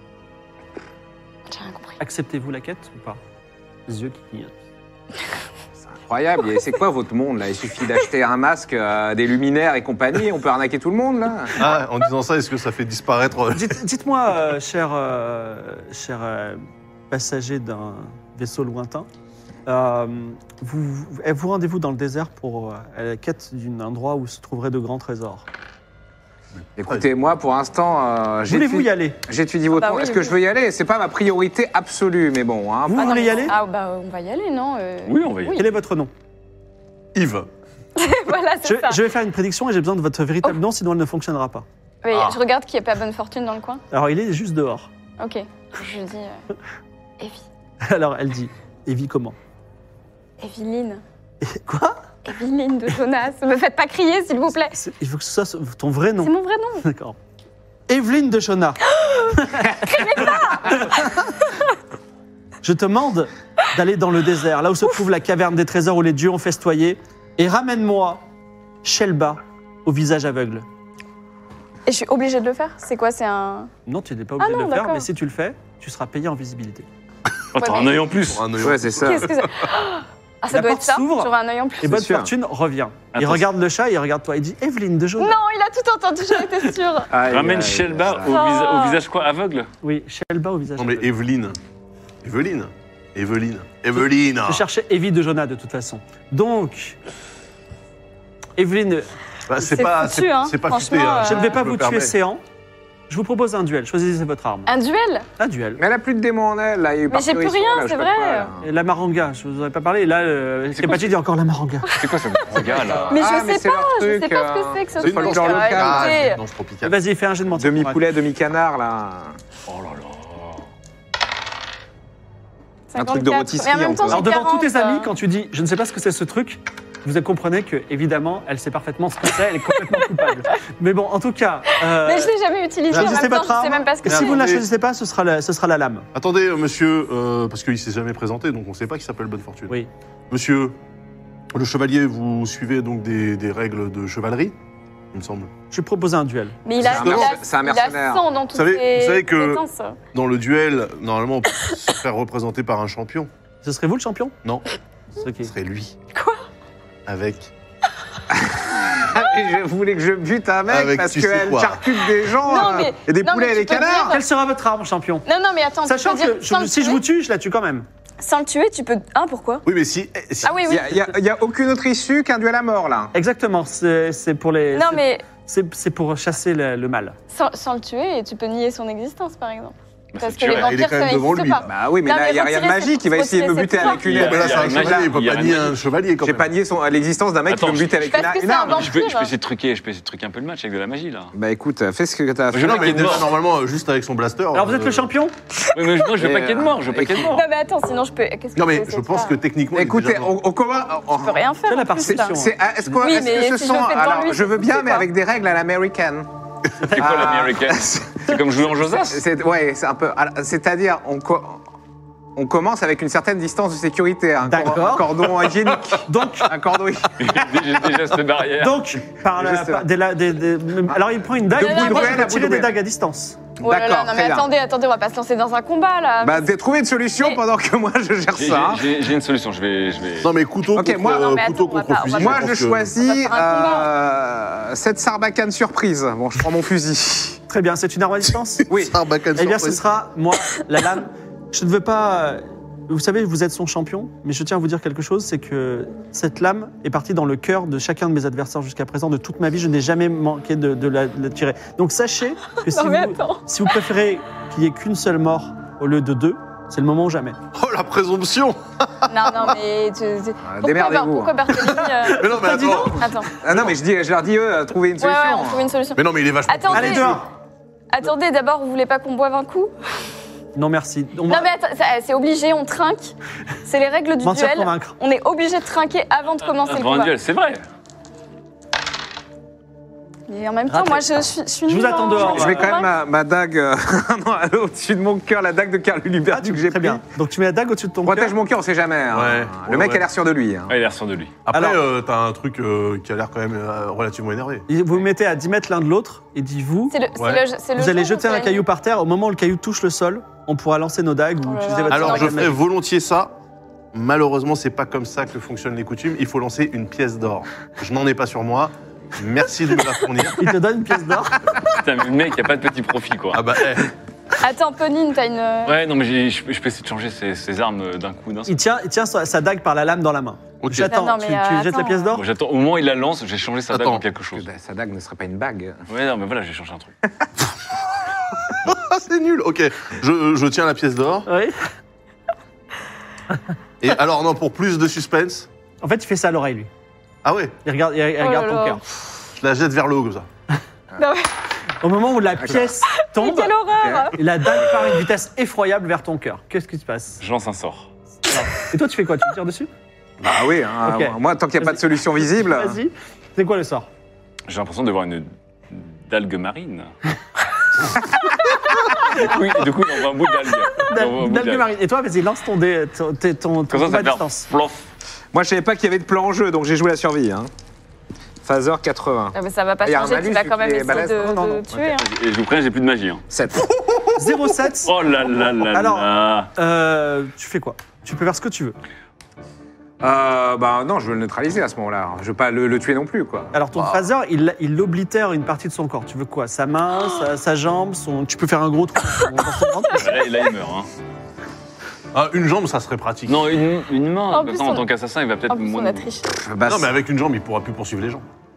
J'ai rien compris. Acceptez-vous la quête ou pas? Les yeux qui clignotent. C'est incroyable. Et c'est quoi votre monde, là? Il suffit d'acheter un masque, euh, des luminaires et compagnie, on peut arnaquer tout le monde, là. Ah, en disant ça, est-ce que ça fait disparaître euh, Dites- Dites-moi, euh, cher, euh, cher euh, passager d'un vaisseau lointain, euh, vous, vous, vous rendez-vous dans le désert pour euh, à la quête d'un endroit où se trouveraient de grands trésors. Écoutez, moi, pour l'instant, euh, Voulez-vous j'étudie y aller? j'étudie votre Ah bah monde. oui, Est-ce que oui. je veux y aller? C'est pas ma priorité absolue, mais bon. Hein. Vous Ah non, voulez y mais- aller? Ah bah on va y aller, non euh, Oui, on va y aller. Quel est votre nom? Yves? Voilà, je, c'est ça. je vais faire une prédiction et j'ai besoin de votre véritable nom, sinon elle ne fonctionnera pas. Mais Ah. je regarde qu'il n'y a pas bonne fortune dans le coin. Alors, il est juste dehors. Ok. Je lui dis euh, Evie. Alors, elle dit Evie, comment Evelyne. Quoi Evelyne de Jonas. Me faites pas crier, s'il vous plaît. C'est- Il faut que ce soit ton vrai nom. C'est mon vrai nom. D'accord. Evelyne de Shona. Je te demande d'aller dans le désert, là où se trouve la caverne des trésors où les dieux ont festoyé, et ramène-moi Shelba au visage aveugle. Et je suis obligée de le faire. C'est quoi? C'est un. Non, tu n'es pas obligé Ah non, de le faire, d'accord. mais si tu le fais, tu seras payé en visibilité. Oh, t'as Ouais, un mais- œil en plus. Pour un œil. Ouais, c'est ça. Qu'est-ce que c'est? Ah, ça La doit porte être ça. s'ouvre. J'aurai un œil en plus. Et bonne sûr. fortune revient. Il Attends. regarde le chat, il regarde toi, il dit Evelyne de Shona. Non, il a tout entendu, j'en étais sûre. Aïe, Ramène aïe, Shelba aïe. au, visa- Oh. au visage quoi aveugle. Oui, Shelba au visage Non, mais aveugle. Evelyne. Evelyne. Evelyne. Evelyne. Je cherchais Evie de Jonah de toute façon. Donc, Evelyne, Bah, c'est C'est pas, foutu, c'est, hein. c'est pas Franchement, futé. hein. euh, je ne vais pas Je me vous tuer permets. séant. Je vous propose un duel. Choisissez votre arme. Un duel? Un duel. Mais elle a plus de démons en elle, là. Il y a eu Mais j'ai plus parturition, rien, là, je c'est sais pas vrai. quoi, là. Et la maranga, je vous en ai pas parlé. Et là, euh, Skepachi dit encore la maranga. C'est quoi ce gars là? Mais Ah, je mais sais c'est pas, leur je sais truc, pas ce que euh, c'est que ce c'est truc. folklore euh, local. Ah, écoutez, c'est danse tropicale. Vas-y, fais un jet de mentir. Demi-poulet, demi-canard, là. Oh là là. Un truc de cinquante-quatre. rôtisserie, Mais en même temps, encore. Alors, j'ai devant tous tes quarante, amis, euh. quand tu dis je ne sais pas ce que c'est ce truc, vous comprenez que, évidemment, elle sait parfaitement ce que c'est, elle est complètement coupable. Mais bon, en tout cas. euh, Mais je l'ai jamais utilisé. En choisissez même temps, votre je sais arme. même pas ce que Et si c'est. vous ne la attendez. choisissez pas, ce sera la, ce sera la lame. Attendez, euh, monsieur, euh, parce qu'il s'est jamais présenté, donc on ne sait pas qu'il s'appelle Bonne Fortune. Oui. Monsieur, le chevalier, vous suivez donc des, des règles de chevalerie, il me semble. Je vais proposer un duel. Mais il a, C'est un il a, merc- c'est un il a mercenaire. cent dans toutes Vous savez- ses vous savez que- compétences. Dans le duel, normalement, on peut se faire représenter par un champion. Ce serait vous le champion Non, Ok. ce serait lui. Quoi? Avec. Ah, mais je voulais que je bute un mec Avec parce tu sais qu'elle quoi. charcute des gens. Non, euh, mais- et des non, poulets mais et des tu peux canards. dire- Quelle sera votre arme, champion Non, non, mais attends. Sachant tu peux dire, que sans je- le si je tuer- vous tue, je la tue quand même. Sans le tuer, tu peux. Ah, pourquoi? Oui, mais si. eh, si- Ah oui, Il oui. y a- il y a, il y a aucune autre issue qu'un duel à mort, là. Exactement, c'est c'est pour les. Non, c'est- mais c'est c'est pour chasser le, le mal. sans, sans le tuer, tu peux nier son existence, par exemple. Parce que tu les vois, il est vampires, quand ça même devant n'existe lui. pas. Bah oui, mais Non, là, mais il n'y a rien de retirer magique. ses- Il va essayer de me retirer buter ses avec une. pouvoirs. Non, mais là, c'est un Il y a une chevalier, il peut magie, il y a pas une nier magie. un chevalier quand J'ai même. pas nié son- l'existence d'un mec qui Attends, veut me buter avec parce une, que une c'est un arme. vampire. Je peux, je peux essayer de truquer, je peux essayer de truquer un peu le match avec de la magie là. Bah écoute, fais ce que t'as à Je faire. Non, veux mais qu'il y ait de déjà, mort. normalement, euh, juste avec son blaster. Alors vous êtes euh, le champion Oui, mais moi je veux Et, pas qu'il y ait de mort, je veux pas qu'il y ait de mort. Non, mais attends, sinon je peux. Qu'est-ce que Non, je mais peux je essayer de pense faire que techniquement. il est Écoutez, déjà mort. on, on commence. on- Je peux rien faire. Fais la en plus, perception. là. c'est- est-ce que, Oui, est-ce mais que ce si je sont. le fais devant Alors, lui, je veux c'est bien, quoi mais avec des règles à l'américaine. C'est quoi Ah. l'américaine C'est comme jouer en Josas. C'est- Ouais, c'est un peu. alors, C'est-à-dire, on, co- on commence avec une certaine distance de sécurité. Un, cor- D'accord. un cordon hygiénique. Donc, Un cordon. Des, des gestes barrières. donc par la, Juste- par- des la- des- des- alors il prend une dague, De et bout moi de je duel peux à tirer bout de des duel. dagues à distance. Oh là là, D'accord, non mais très bien. attendez, attendez, on va pas se lancer dans un combat là. Bah, t'as trouvé une solution Mais- pendant que moi je gère J'ai- ça. J'ai j'ai une solution, je vais. Je vais... Non, mais couteau Ok, contre, moi- non, mais couteau attends, on va contre pas- fusil. on va- Moi, pense je que- choisis On va faire un combat. euh, cette sarbacane surprise. Bon, je prends mon fusil. Très bien, c'est une arme à distance. Oui. Sarbacane Eh bien, ce surprise. sera moi, la lame. Je ne veux pas. euh, Vous savez, vous êtes son champion, mais je tiens à vous dire quelque chose, c'est que cette lame est partie dans le cœur de chacun de mes adversaires jusqu'à présent. De toute ma vie, je n'ai jamais manqué de, de la, de la tirer. Donc sachez que si Non mais vous, attends. si vous préférez qu'il n'y ait qu'une seule mort au lieu de deux, c'est le moment ou jamais. Oh, la présomption. Non, non, mais. Tu, tu- pourquoi, démerdez-vous. pourquoi Barthélemy euh, Mais non, mais T'as dit attends. Attends. Ah non, mais je, dis, je leur dis, eux, euh, trouver une Ouais, ouais, solution. on trouve une solution. Mais non, mais il est vachement. Attendez. Allez, dehors. Attendez, d'abord, vous voulez pas qu'on boive un coup? Non, merci. On Non, mais attends, ça- c'est obligé, on trinque. C'est les règles du mentir, duel. convaincre. On est obligé de trinquer avant de commencer le Avant un combat. duel, c'est vrai. Et en même temps, Raté. moi, je, suis- je suis Je vous nulle attends en- dehors. Je mets quand même ma, ma dague euh, au-dessus de mon cœur, la dague de Carl Hubert que j'ai Très pris. bien. Donc tu mets la dague au-dessus de ton Protège cœur. mon cœur, on sait jamais. hein. Ouais. Le Ouais, mec ouais. a l'air sûr de lui. hein. Ouais, il a l'air sûr de lui. Après, Alors- euh, t'as un truc euh, qui a l'air quand même euh, relativement énervé. Et vous vous mettez à dix mètres l'un de l'autre et dites-vous, C'est le, c'est Ouais. le- c'est le vous allez jour jeter où un c'est- caillou par terre. Au moment où le caillou touche le sol, on pourra lancer nos dagues ou Oh là utiliser là. votre Alors, sort je magique. ferai volontiers ça. Malheureusement, c'est pas comme ça que fonctionnent les coutumes. Il faut lancer une pièce d'or. Je n'en ai pas sur moi. Merci de me la fournir. Il te donne une pièce d'or. Putain, mais le mec, il a pas de petit profit quoi. Ah bah, eh. Attends, Ponine, t'as une. Ouais, non, mais j'ai- je, peux- je peux essayer de changer ses, ses armes euh, d'un coup, d'un seul. Il tient, il tient sa, sa dague par la lame dans la main. Ok. J'attends. Non, non, tu mais, tu euh, jettes la attends. pièce d'or Bon, j'attends, au moment où il la lance, j'ai changé sa dague Attends. en quelque chose. Bah, Sa dague ne serait pas une bague. Ouais, non, mais voilà, j'ai changé un truc. Ah, c'est nul. Ok, je, je tiens la pièce d'or. Oui. Et alors, non, pour plus de suspense. En fait, il fait ça à l'oreille, lui. Ah ouais, Il regarde, il, il Oh regarde là ton là. cœur. je la jette vers le haut comme ça. Non, mais- Au moment où la pièce tombe, Quelle horreur! et la dague part à une vitesse effroyable vers ton cœur. Qu'est-ce qui se passe? Je lance un sort. Alors, et toi, tu fais quoi? Tu tires dessus? Bah oui, hein, Ok. moi, tant qu'il n'y a pas de solution visible. Vas-y. C'est quoi le sort? J'ai l'impression de voir une d'algue marine. du, coup, du coup, dans un bout d'algue. Dans un bout D'algue d'algue. marine. Et toi, vas-y, lance ton, dé, ton, ton, ton, Comme ton ça, combat ça à fait un distance. plof. Moi, je savais pas qu'il y avait de plan en jeu, donc j'ai joué la survie. Hein. Phaser quatre-vingts. Ah, mais ça va pas Il y a un changer, tu malus vas vu quand même qu'il est essayer balèze. de, Non, non, de non. tuer. hein. Et je vous préviens, j'ai plus de magie. Hein. sept. zéro sept. Oh là là là Alors- là. Euh, tu fais quoi? Tu peux faire ce que tu veux. Euh, bah non, je veux le neutraliser à ce moment-là. Je veux pas le, le tuer non plus, quoi. Alors ton phaser, il, il oblitère une partie de son corps. Tu veux quoi? Sa main, sa, sa jambe, son... Tu peux faire un gros trou dans son ventre. Là, là, il meurt. Hein. Ah, une jambe, ça serait pratique. Non, une, une main. En Comme plus, ça, en on- tant qu'assassin, il va peut-être En plus, moins. on a triché. Bah, Non, mais avec une jambe, il pourra plus poursuivre les gens.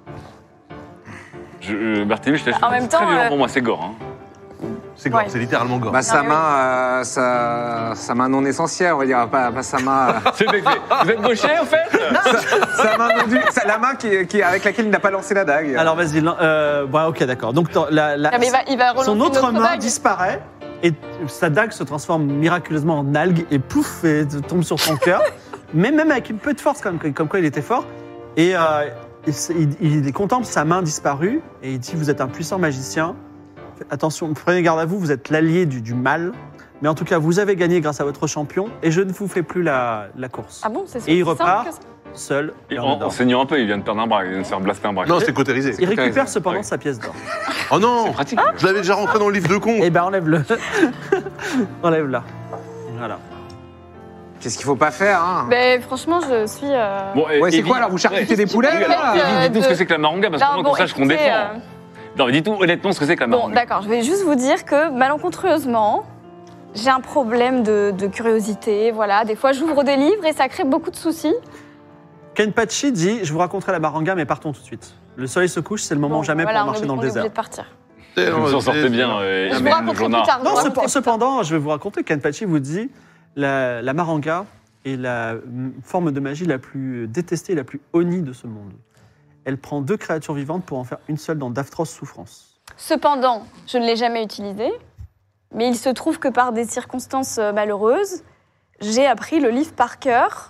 Je, euh, Barthélemy, je t'ai En même c'est très temps, violent euh, pour moi, c'est gore. Hein. C'est gore, Ouais. c'est littéralement gore. bah, sa mais main, euh, sa, sa main non essentielle, on va dire, pas, pas sa main. euh, C'est fait. Vous êtes gaucher, en fait sa main non du, sa- la main qui, qui, avec laquelle il n'a pas lancé la dague. Alors vas-y. lan- Euh, bon, ok, d'accord. Donc ton- la, la- Ah, mais il va, il va relancer son autre une autre main dague. disparaît et sa dague se transforme miraculeusement en algue et pouf, et tombe sur ton cœur. Mais même avec un peu de force, comme, comme quoi il était fort. Et euh, il, il, il contemple sa main disparue et il dit: vous êtes un puissant magicien. Attention, prenez garde à vous, vous êtes l'allié du, du mal. Mais en tout cas, vous avez gagné grâce à votre champion et je ne vous fais plus la, la course. Ah bon, c'est Et il c'est simple repart que ça seul. Et et en, en en dehors. saignant un peu, il vient de perdre un bras. Il vient de se faire blaster un bras. Non, c'est cautérisé. Il récupère raison. cependant Oui. sa pièce d'or. Oh non, pratique. je l'avais déjà rentré dans le livre de con. Eh ben enlève-le. Enlève-la. Voilà. Qu'est-ce qu'il faut pas faire, hein? Ben, franchement, je suis. euh, Bon, et- Ouais, c'est Evie- quoi, alors, vous charcutez Ouais. des poulets, Oui, là alors, Evie, Euh, dis-nous ce de- que c'est que la maranga, parce que Non, moi, bon, qu'on sache qu'on écoutez, défend. euh, Non, mais dis-nous honnêtement ce que c'est que la Bon, maranga. d'accord, je vais juste vous dire que malencontreusement, j'ai un problème de, de curiosité. Voilà, des fois, j'ouvre des livres et ça crée beaucoup de soucis. Kenpachi dit: je vous raconterai la baranga, mais partons tout de suite. Le soleil se couche, c'est le moment Bon, jamais voilà, pour on marcher est- dans le on est désert. obligé de partir. Vous en sortez bien. euh, je vous mais raconterai Jonah. plus tard. Non, je vous cepe- raconterai plus cependant, je vais vous raconter, Kenpachi vous dit: la, la maranga est la mm, forme de magie la plus détestée et la plus honnie de ce monde. Elle prend deux créatures vivantes pour en faire une seule dans d'atroces souffrances. tard. Cependant, je ne l'ai jamais utilisé, mais il se trouve que par des circonstances euh, malheureuses, j'ai appris le livre par cœur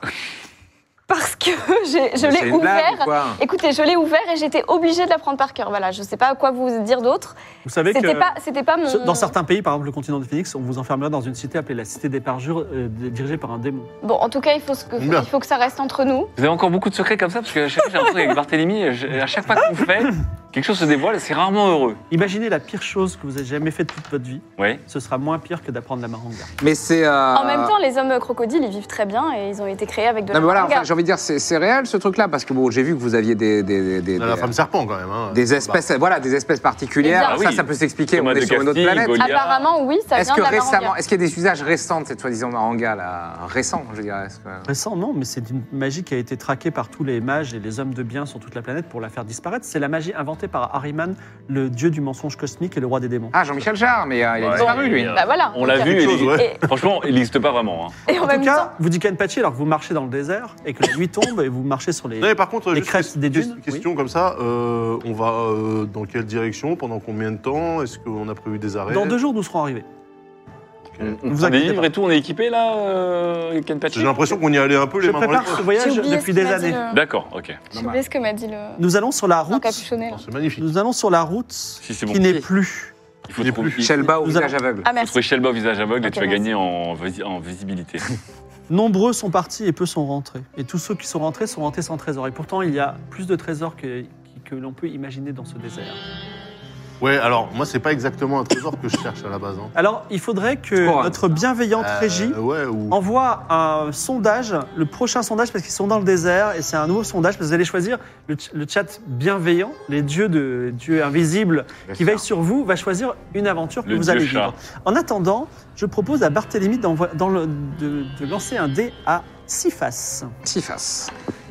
parce que j'ai- je Mais c'est l'ai une blague, ou ouvert. quoi? Écoutez, je l'ai ouvert et j'étais obligée de l'apprendre par cœur. Voilà, je ne sais pas quoi vous dire d'autre. Vous savez que C'était pas, c'était pas mon. dans certains pays, par exemple le continent de Phoenix, on vous enfermerait dans une cité appelée la Cité des Parjures, euh, dirigée par un démon. Bon, en tout cas, il faut, ce que- Bien. il faut que ça reste entre nous. Vous avez encore beaucoup de secrets comme ça, parce que à chaque fois, j'ai l'impression qu'avec Barthélemy, je- à chaque fois qu'on fait, quelque chose se dévoile, c'est rarement heureux. Imaginez la pire chose que vous ayez jamais faite toute votre vie. Oui. Ce sera moins pire que d'apprendre la maranga. Mais c'est. euh, En même temps, les hommes crocodiles, ils vivent très bien et ils ont été créés avec de Non, la mais voilà, manga. enfin, j'ai envie de dire, c'est c'est réel ce truc-là, parce que bon, j'ai vu que vous aviez des. des, des, On a des- la femme serpent quand même. Hein. des espèces, voilà, des espèces particulières. Eh bien, ça, oui. ça peut s'expliquer. On Thomas est de sur une autre Castille, planète. Goliath. Apparemment, oui, ça Est-ce vient que de la récemment, maranga. est-ce qu'il y a des usages récents de cette soi-disant maranga là, récents, je dirais. Est-ce que... Récent, non, mais c'est une magie qui a été traquée par tous les mages et les hommes de bien sur toute la planète pour la faire disparaître. C'est la magie inventée par Ahriman, le dieu du mensonge cosmique et le roi des démons. Ah, Jean-Michel Jarre, mais euh, il a Ouais. disparu lui. Bon, Bah voilà. On l'a Donc, vu, quelque et- chose, ouais. Et, franchement, il n'existe pas vraiment. hein. et en, En même tout cas, temps, vous dit Kenpachi alors que vous marchez dans le désert et que la nuit tombe et vous marchez sur les... Non, mais par contre, Les juste crêpes une- des juste dunes, une question comme ça, euh, on va euh, dans quelle direction, pendant combien de temps? Est-ce qu'on a prévu des arrêts? Dans deux jours, nous serons arrivés. On, Vous on prend des inquiétez livres pas. et tout, on est équipé là, euh, Kenpachi J'ai l'impression qu'on y allait un peu les Je mains dans les prépare ce poches. voyage j'ai oublié depuis ce que des m'a dit années. le- D'accord, ok. J'ai oublié ce que m'a dit le. Nous allons sur la route. Encapuchonné, là. C'est magnifique. Nous allons sur la route Si c'est bon. qui n'est plus. Il faut Il est trouver, plus il faut Shelba au Nous visage allons- aveugle. Ah, merci. trouver Shelba au visage aveugle et Ok, tu vas merci. gagner en, visi- en visibilité. Nombreux sont partis et peu sont rentrés. Et tous ceux qui sont rentrés sont rentrés sans trésor. Et pourtant, il y a plus de trésors que, que l'on peut imaginer dans ce désert. Ouais, alors moi, c'est pas exactement un trésor que je cherche à la base. Hein. Alors, il faudrait que Coran. notre bienveillante Euh, régie ouais, ou. envoie un sondage, le prochain sondage, parce qu'ils sont dans le désert, et c'est un nouveau sondage, parce que vous allez choisir le, ch- le chat bienveillant, les dieux, de, dieux invisibles qui veillent sur vous, va choisir une aventure que Le vous dieu allez chat. vivre. En attendant, je propose à Barthélemy d'envoi- dans le- de, de lancer un dé à six faces. Six faces.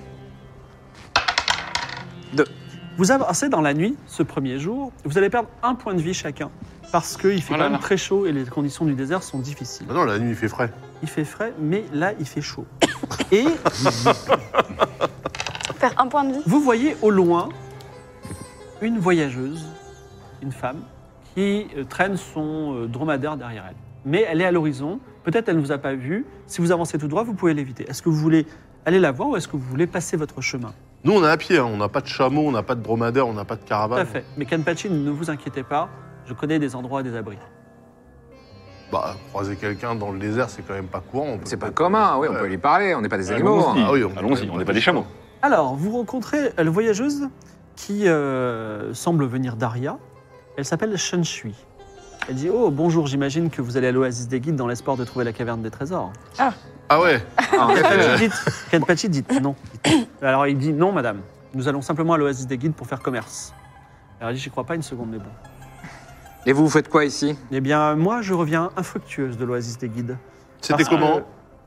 Vous avancez dans la nuit, ce premier jour, vous allez perdre un point de vie chacun, parce qu'il fait Oh là quand même là. très chaud et les conditions du désert sont difficiles. Ah non, la nuit, il fait frais. Il fait frais, mais là, il fait chaud. Et Faire un point de vie. vous voyez au loin une voyageuse, une femme, qui euh, traîne son euh, dromadaire derrière elle. Mais elle est à l'horizon. Peut-être elle ne vous a pas vu. Si vous avancez tout droit, vous pouvez l'éviter. Est-ce que vous voulez aller la voir ou est-ce que vous voulez passer votre chemin? Nous, on est à pied, hein. On n'a pas de chameau, on n'a pas de dromadaire, on n'a pas de Tout caravane. à fait. Mais Kenpachi, ne vous inquiétez pas. Je connais des endroits, des abris. Bah, croiser quelqu'un dans le désert, c'est quand même pas courant. on peut C'est pas peut-être- commun, oui, on Ouais. peut lui parler, on n'est pas des animaux. Allons-y, Ah oui, on- allons-y, on n'est pas des chameaux. Alors, vous rencontrez la voyageuse qui euh, semble venir d'Aria. Elle s'appelle Shunshui. Elle dit « Oh, bonjour, j'imagine que vous allez à l'oasis des guides dans l'espoir de trouver la caverne des trésors. Ah ouais. Ah, en effet, Kenpachi dit, Kenpachi dit « Non. » Alors, il dit « Non, madame. Nous allons simplement à l'oasis des guides pour faire commerce. » Alors, elle dit « J'y crois pas une seconde, mais bon. Et vous, vous faites quoi ici? Eh bien, moi, je reviens infructueuse de l'oasis des guides. C'était Parce que comment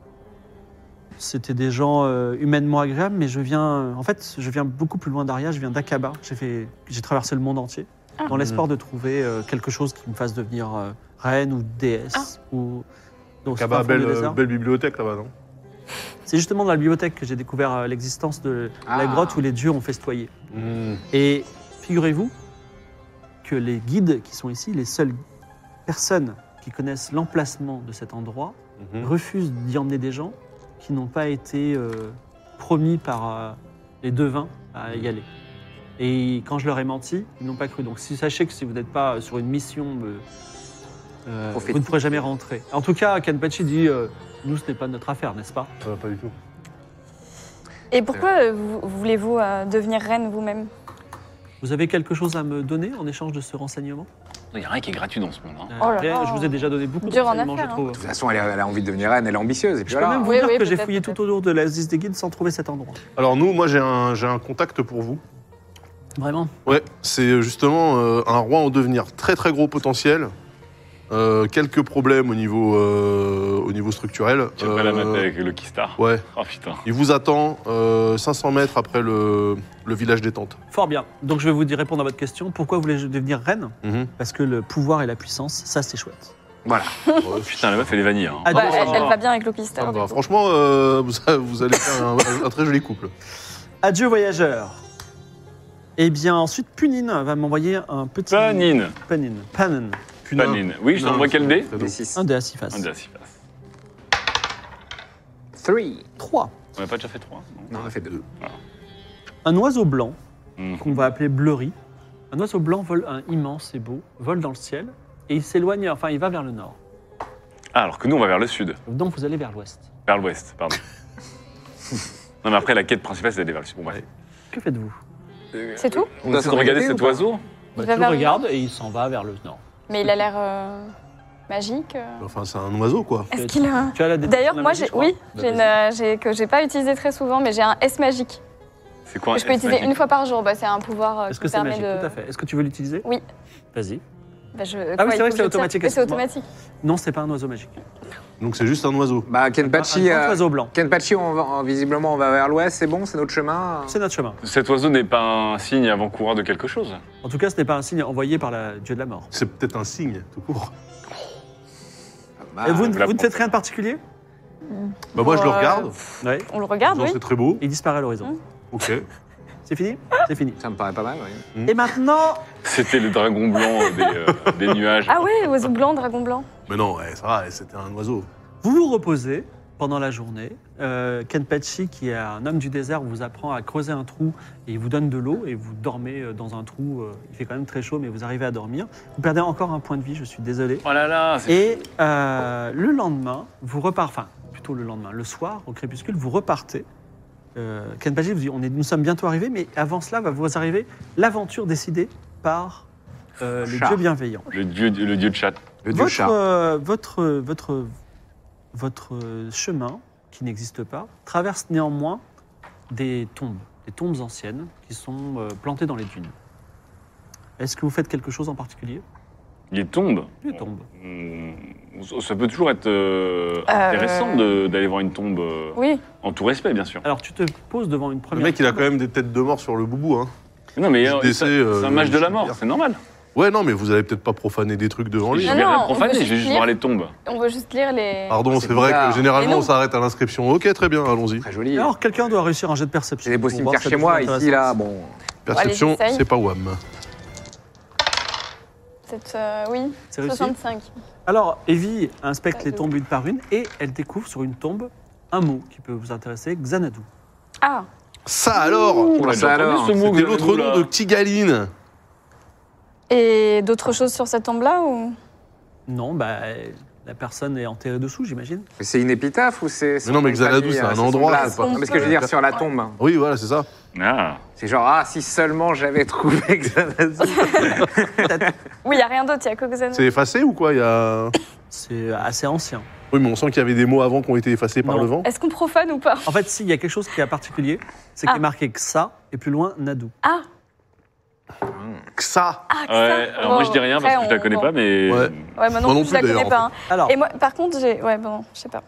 C'était des gens euh, humainement agréables, mais je viens... En fait, je viens beaucoup plus loin d'Aria. Je viens d'Akaba. J'ai fait, j'ai traversé le monde entier dans l'espoir de trouver euh, quelque chose qui me fasse devenir euh, reine ou déesse. Ou... Donc, Kaba, fin fond belle, du désert. belle bibliothèque là-bas, non? C'est justement dans la bibliothèque que j'ai découvert euh, l'existence de la Ah. grotte où les dieux ont festoyé. Mmh. Et figurez-vous que les guides qui sont ici, les seules personnes qui connaissent l'emplacement de cet endroit, Mhm. refusent d'y emmener des gens qui n'ont pas été euh, promis par euh, les devins à y aller. Et quand je leur ai menti, ils n'ont pas cru. Donc si, sachez que si vous n'êtes pas sur une mission, euh, euh, Profite. vous ne pourrez jamais rentrer. En tout cas, Kenpachi dit euh, nous, ce n'est pas notre affaire, n'est-ce pas? Ça va pas du tout. Et pourquoi euh, vous- voulez-vous euh, devenir reine vous-même? Vous avez quelque chose à me donner en échange de ce renseignement? Il n'y a rien qui est gratuit dans ce monde. hein. Euh, Oh là rien, là. je vous ai déjà donné beaucoup de Dur en renseignements, je affaires, trouve. De toute façon, elle a, elle a envie de devenir reine, elle est ambitieuse. Et puis Je peux voilà. même vous Oui, dire oui, que j'ai peut-être, fouillé peut-être. tout autour de l'Asis des guides sans trouver cet endroit. Alors nous, moi j'ai un, j'ai un contact pour vous. Vraiment? Ouais, c'est justement euh, un roi en devenir, très très gros potentiel. Euh, quelques problèmes au niveau, euh, au niveau structurel. Tu vas pas la Euh, mater avec le Keystar. Ouais, Oh putain. il vous attend euh, cinq cents mètres après le, le village des tentes. Fort bien. Donc je vais vous dire- répondre à votre question. Pourquoi vous voulez devenir reine? Mhm. Parce que le pouvoir et la puissance, ça c'est chouette. Voilà. Ouais, Putain, la meuf, elle est vanille. Hein. Ah, Bah, donc, elle, ça elle va. va bien avec ça l'Opistar. me du va. coup. Franchement, euh, vous, vous allez faire un, un très joli couple. Adieu voyageurs. Eh bien ensuite, Punine va m'envoyer un petit... Panine. Punine. Panin. Punain. Panine. Oui, je Non, t'envoie quel dé très Des doux. six. Un dé à six faces. Un dé à six faces. Three. Trois. On n'a pas déjà fait trois non Non, on a fait deux. Un oiseau blanc, Mhm. qu'on va appeler Bleury. Un oiseau blanc vole un immense et beau, vole dans le ciel, et il s'éloigne, enfin il va vers le nord. Ah, alors que nous, on va vers le sud. Donc vous allez vers l'ouest. Vers l'ouest, pardon. Non, mais après, la quête principale, c'est d'aller vers le sud. Bon, bref. Que faites-vous? C'est tout? On essaie de regarder cet oiseau. Bah, va tu vers le le regardes et il s'en va vers le nord. Mais il a l'air euh, magique. euh. Enfin, c'est un oiseau, quoi. Est-ce qu'il a... Tu as la détection D'ailleurs, de la moi, magie, j'ai, je crois. oui, Bah, j'ai une, vas-y. euh, j'ai- que j'ai pas utilisé très souvent, mais j'ai un S magique C'est quoi un que je peux S utiliser magique une fois par jour. Bah, c'est un pouvoir euh, Est-ce qui que me c'est permet magique? de. Tout à fait. Est-ce que tu veux l'utiliser? Oui. Vas-y. Bah, je... Ah oui, quoi, c'est il vrai faut que c'est je automatique, tire- Oui, c'est excuse-moi. automatique. Non, c'est pas un oiseau magique. Donc c'est juste un oiseau. Bah, Kenpachi, un grand euh, oiseau blanc. Kenpachi, on va, visiblement, on va vers l'ouest, c'est bon, c'est notre chemin. C'est notre chemin. Cet oiseau n'est pas un signe avant-coureur de quelque chose. En tout cas, ce n'est pas un signe envoyé par la dieu de la mort. C'est peut-être un signe, tout court. Bah, et vous, ne- vous la vous ne faites rien de particulier? Bah moi, je le Ouais. regarde. Oui. On le regarde, Non, oui. c'est très beau. Il disparaît à l'horizon. Hum. Ok. C'est fini? C'est fini. Ça me paraît pas mal, oui. Et maintenant, C'était le dragon blanc des, euh, des nuages. Ah ouais, oiseau blanc, dragon blanc. Mais non, ouais, ça va, c'était un oiseau. vous vous reposez pendant la journée. Euh, Kenpachi, qui est un homme du désert, vous apprend à creuser un trou et il vous donne de l'eau et vous dormez euh, dans un trou. euh, Il fait quand même très chaud, mais vous arrivez à dormir. Vous perdez encore un point de vie, je suis désolé. Oh là là, c'est Et euh, le lendemain, vous repartez, enfin, plutôt le lendemain, le soir, au crépuscule, vous repartez. Euh, Kenpachi vous dit, on est, nous sommes bientôt arrivés, mais avant cela va vous arriver l'aventure décidée par euh, les Chat. dieux bienveillants. le dieu, le dieu de chat. Le dieu Votre, chat. euh, votre, votre, votre chemin, qui n'existe pas, traverse néanmoins des tombes, des tombes anciennes qui sont euh, plantées dans les dunes. Est-ce que vous faites quelque chose en particulier? Il tombe. Des tombes. Hum, Ça peut toujours être euh, intéressant de- d'aller voir une tombe euh, Oui. en tout respect, bien sûr. Alors tu te poses devant une Le première mec, il a tombe. quand même des têtes de mort sur le boubou, hein. Non, mais Je euh, décès, c'est euh, c'est un match de la je mort, veux dire. c'est normal. Ouais, non, mais vous allez peut-être pas profaner des trucs devant lui. Je Non, vais non, rien on profaner, veut je vais juste juste lire. voir les tombes. On veut juste lire les. Pardon, C'est c'est vrai bizarre. que généralement, Mais non. on s'arrête à l'inscription. Ok, très bien, allons-y. Très joli. Alors quelqu'un doit réussir un jet de perception. J'ai des beaux pour voir cimetières cette chez moi, chose ici, là, intéressante. bon. Perception, essaye. c'est pas Wham. Peut-être, euh, oui, C'est réussi. soixante-cinq. Alors, Evie inspecte Pas les de- tombes une par une et elle découvre sur une tombe un mot qui peut vous intéresser, Xanadu. Ah, Ça alors On l'a Ça déjà entendu alors, ce mot. C'était Xanadu, l'autre là. nom de Tigaline. et d'autres choses sur cette tombe-là ou Non, bah, la personne est enterrée dessous, j'imagine. Mais c'est une épitaphe ou c'est. Mais non, mais Xanadu, c'est un endroit, c'est c'est pas- Parce que je veux dire, sur la tombe. Oui, voilà, c'est ça. Ah. C'est genre, ah, si seulement j'avais trouvé Xanadu. Oui, il n'y a rien d'autre, il n'y a que Xanadu. C'est effacé ou quoi? Il y a... C'est assez ancien. Oui, mais on sent qu'il y avait des mots avant qui ont été effacés par Non. le vent. Est-ce qu'on profane ou pas? En fait, s'il y a quelque chose qui est particulier, c'est Ah. qu'il est marqué Xa et plus loin Nadu. Ah, Ça. ah, que Ouais, ça. alors moi je dis rien parce que je la Après, connais on- pas, mais. Ouais. Ouais, moi non, Moi non plus, je la plus, connais d'ailleurs, pas. hein. Alors, Et moi, par contre, j'ai. Ouais, bon, je sais pas.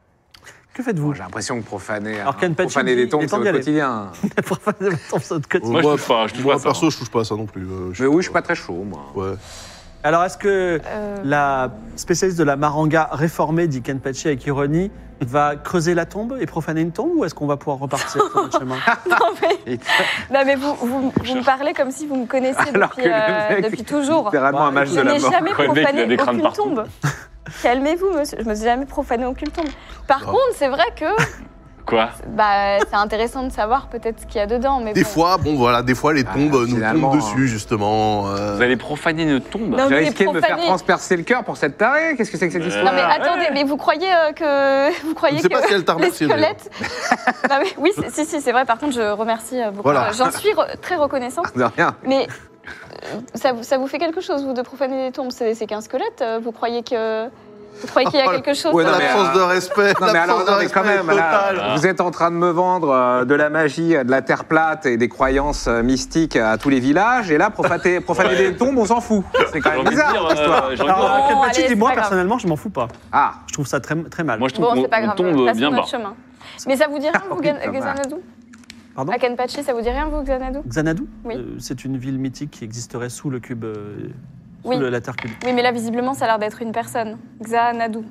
que faites-vous? J'ai l'impression que profaner, Alors, Ken Patchy profaner dit, des tombes, il est c'est temps d'y votre aller. quotidien. Profaner votre tombe sur votre côté. Moi, je touche pas, je touche moi, pas à ça, perso, hein. je touche pas à ça non plus. euh, Mais oui, je suis pas très chaud, moi. Ouais. Alors, est-ce que Euh, la spécialiste de la maranga réformée, dit Ken Patchy avec ironie, va creuser la tombe et profaner une tombe ou est-ce qu'on va pouvoir repartir sur notre chemin? Non, mais, Et- non, mais vous, vous, vous me parlez comme si vous me connaissiez Alors depuis, que le euh, mec, depuis toujours. Littéralement Bah, un match écoute, de Je la n'ai mort. jamais Ouais, le mec, il a profané des crânes aucune partout. tombe. Calmez-vous, monsieur. Je me suis jamais profané aucune tombe. Par Ah. contre, c'est vrai que Quoi? bah, c'est intéressant de savoir peut-être ce qu'il y a dedans. Mais Des bon. fois, bon, voilà, des fois, les Ah, tombes nous finalement, tombent dessus, justement. euh. Vous allez profaner une tombe? Non, J'ai mais risqué de me faire profaner- transpercer le cœur pour cette tarée. Qu'est-ce que c'est que cette Euh, histoire Non mais Ouais. attendez, mais vous croyez euh, que vous croyez Je sais que pas si elle t'a les remercié, d'ailleurs. squelettes Non mais oui, c'est- si si, c'est vrai. Par contre, je remercie euh, beaucoup. Voilà. J'en suis re- très reconnaissante. De rien. Mais euh, ça, vous- ça vous fait quelque chose, vous, de profaner des tombes? C'est c'est qu'un squelette. euh, Vous croyez que vous croyez qu'il y a Oh, quelque chose ouais, dans non, le- mais, L'absence euh, de respect. Non mais alors, l'absence de non, mais quand respect même, là, total. vous êtes en train de me vendre euh, de la magie, euh, de la terre plate et des croyances euh, mystiques à tous les villages, et là, profaner, profaner des tombes, on s'en fout. C'est quand J'ai même envie de bizarre, dire, cette histoire. euh, j'ai envie de dire, Alors, Bon, Ken Patchy allez, dit, c'est moi, pas grave. personnellement, je m'en fous pas. Ah, Je trouve ça très, très mal. moi je trouve Bon, qu'on c'est pas on grave. tombe Passons bien bas. notre chemin. Mais ça vous dit rien, vous, Oui, Gan- pas mal. Xanadu? Pardon À Kenpachi, ça vous dit rien, vous, Xanadu? Xanadu Oui. Euh, c'est une ville mythique qui existerait sous le cube, euh, sous Oui. le- la terre cubique. Oui, mais là, visiblement, ça a l'air d'être une personne. Xanadu.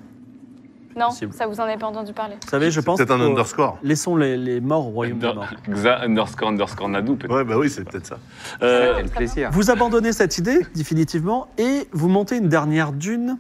Non, Possible. ça vous en avez pas entendu parler. Vous savez, je C'est pense peut-être un qu'il faut- underscore. Laissons les, les morts au royaume des Under- morts. Xa underscore underscore Nadou peut-être. Ouais, bah oui, c'est peut-être ça. Euh, quel plaisir. Vous abandonnez cette idée, définitivement, et vous montez une dernière dune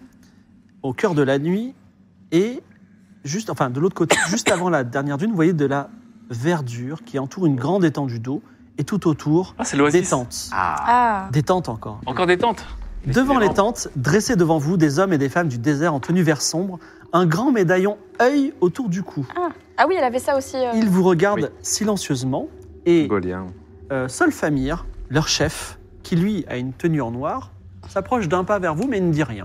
au cœur de la nuit. Et juste, enfin, de l'autre côté, juste avant la dernière dune, vous voyez de la verdure qui entoure une grande étendue d'eau. Et tout autour, Ah, c'est des l'oasis. tentes. Ah, Ah, Des tentes encore. Encore des tentes. Devant les Décidément. tentes, dressés devant vous, des hommes et des femmes du désert en tenue vert sombre, un grand médaillon œil autour du cou. ah oui, elle avait ça aussi. euh. Ils vous regardent Oui. silencieusement et Golien. euh, Solfamir, leur chef, qui lui a une tenue en noir, s'approche d'un pas vers vous mais il ne dit rien.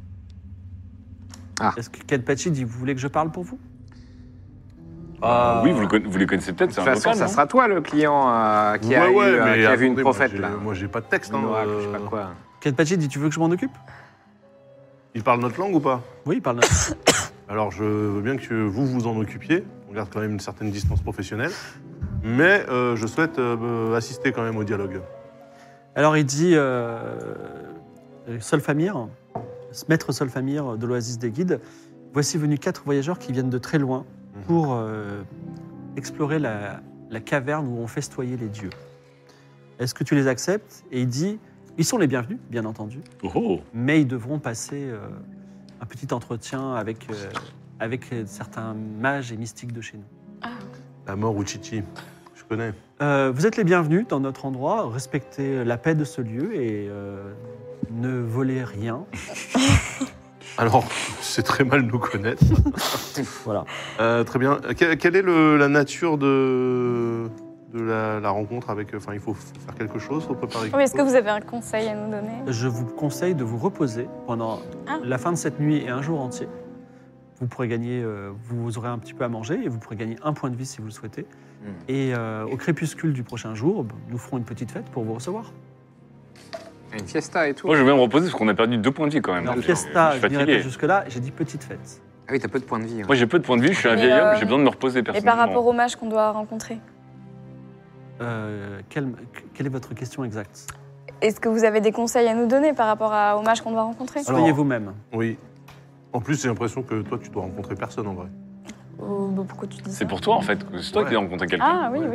Ah. Est-ce que Kenpachi dit, vous voulez que je parle pour vous? Ah, oui, vous, le conna- vous les connaissez peut-être, De c'est toute un façon, local, ça non sera toi le client euh, qui, a ouais, eu, ouais, euh, mais qui a vu une attendez, moi, prophète j'ai- là. Moi, j'ai pas de texte. Une hein, oracle, je sais euh, pas quoi. Kenpachi dit, tu veux que je m'en occupe? Il parle notre langue ou pas? Oui, il parle. notre- Alors, je veux bien que vous vous en occupiez. On garde quand même une certaine distance professionnelle. Mais euh, je souhaite euh, assister quand même au dialogue. Alors il dit, euh, Solfamir, maître Solfamir de l'Oasis des Guides, voici venus quatre voyageurs qui viennent de très loin Mhm. pour euh, explorer la, la caverne où on festoyait les dieux. Est-ce que tu les acceptes? Et il dit, ils sont les bienvenus, bien entendu, Oh, oh. mais ils devront passer euh, un petit entretien avec, euh, avec euh, certains mages et mystiques de chez nous. La mort ou Chichi, je connais. Euh, vous êtes les bienvenus dans notre endroit, respectez la paix de ce lieu et euh, ne volez rien. Alors, c'est très mal nous connaître. Voilà. Euh, très bien. Que- quelle est le- la nature de, de la, la rencontre avec... Enfin, il faut faire quelque chose, faut préparer Oui, est-ce que quelque vous avez un conseil à nous donner? Je vous conseille de vous reposer pendant Ah. la fin de cette nuit et un jour entier. Vous pourrez gagner, euh, vous aurez un petit peu à manger et vous pourrez gagner un point de vie si vous le souhaitez. Mm. Et euh, au crépuscule du prochain jour, b- nous ferons une petite fête pour vous recevoir. Il y a une fiesta et tout. Moi, je vais me reposer parce qu'on a perdu deux points de vie quand même. Alors, Je- fiesta, je je suis n'irai pas fatigué. jusque-là, j'ai dit petite fête. Ah oui, t'as peu de points de vie. hein. Moi, j'ai peu de points de vie, je suis un Mais, vieil homme, euh, j'ai besoin de me reposer Et personnellement. par rapport au mage qu'on doit rencontrer, Euh, quelle, quelle est votre question exacte? est-ce que vous avez des conseils à nous donner par rapport à- au mage qu'on doit rencontrer? Alors- Soyez vous-même. Oui. En plus, j'ai l'impression que toi, tu dois rencontrer personne en vrai. Oh, bah, pourquoi tu dis ça? C'est pour toi en fait, c'est toi Ouais. qui as rencontré quelqu'un. Ah oui, oui, oui.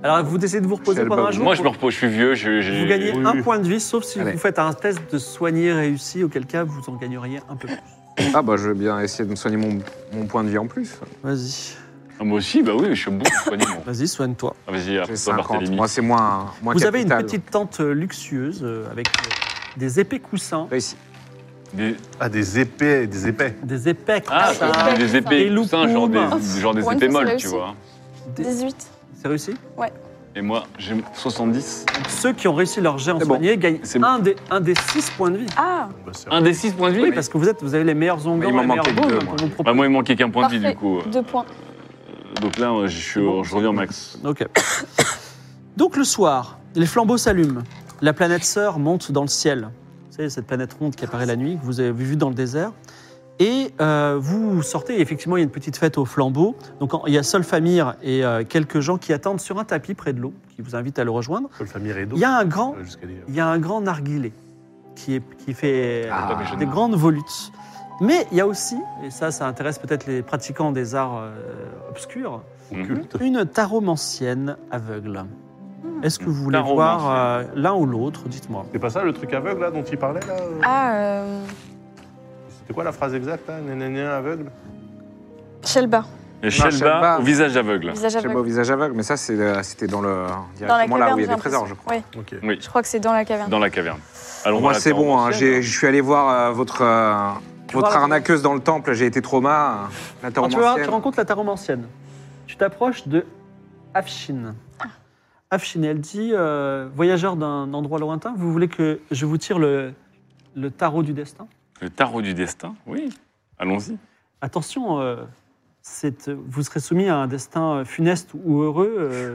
Alors, vous décidez de vous reposer Quel pendant un bug. jour. Moi, je me repose, je suis vieux. Je, j'ai- Vous gagnez oui, un oui. point de vie, sauf si Allez. vous faites un test de soigner réussi, auquel cas vous en gagneriez un peu plus. Ah bah je veux bien essayer de me soigner mon, mon point de vie en plus. Vas-y, Ah, moi aussi, bah oui, je suis bon pour soigner. moi. vas-y, soigne-toi. Ah, vas-y, J'ai après toi, cinquante. Barthélémy. Moi c'est moins, moins Vous avez une capital. petite tente euh, luxueuse euh, avec euh, des épais coussins, Réussi. Des... Ah, des épais, des épais. des épais Ah, coussins. ça, des épées, Et coussins, genre des, loukoum. genre des Pour une épées fois, c'est molles, tu réussi. vois. Des- dix-huit. C'est réussi. Et moi, j'ai soixante-dix. Donc, ceux qui ont réussi leur jet en C'est bon. soigné gagnent C'est un des, un des six points de vie. Ah, Bah, c'est- Un des six points de vie Oui, parce que vous, êtes, vous avez les meilleurs onguents, Il m'en les meilleurs manquait que baumes deux, pour moi. vous Bah, proposer. moi, il manquait qu'un point de vie, parfait. du coup. Deux points. Donc là, je, suis au- je reviens au max. Ok. Donc le soir, les flambeaux s'allument. La planète sœur monte dans le ciel. Vous savez, cette planète ronde qui apparaît la nuit, que vous avez vue dans le désert. Et euh, vous sortez, et effectivement, il y a une petite fête aux flambeaux. Donc en- il y a Solfamir et euh, quelques gens qui attendent sur un tapis près de l'eau, qui vous invitent à le rejoindre. Faut le famille Redo. Il y a un grand, Euh, jusqu'à dire. il y a un grand narguilé qui, est, qui fait Ah, mais je des ne- grandes volutes. Mais il y a aussi, et ça, ça intéresse peut-être les pratiquants des arts euh, obscurs, Occulte. une taromancienne aveugle. Est-ce que vous voulez Taromancienne. voir euh, l'un ou l'autre? Dites-moi. C'est pas ça le truc aveugle là dont il parlait là euh Ah, euh, C'était quoi la phrase exacte là Nénéné aveugle Shelba. Et je sais Shelba pas. au visage aveugle. Visage Je sais pas au aveugle. visage aveugle, mais ça c'est, euh, c'était dans le Dans la directement là où caverne, il y j'ai a des trésors, je l'impression. crois. Oui, Ok. Oui, je crois que c'est dans la caverne. dans la caverne. Allons Moi voir la c'est bon, hein, taromancienne. j'ai- je suis allé voir euh, votre euh, Tu votre vois la- arnaqueuse dans le temple, j'ai été trauma. La Alors, tu, vois, tu taromancienne. rencontres la taromancienne. Tu t'approches de Afshin. Afshin, elle dit euh, voyageur d'un endroit lointain, vous voulez que je vous tire le, le tarot du destin? Le tarot du destin, oui. Allons-y. Attention, euh, c'est- vous serez soumis à un destin funeste ou heureux euh,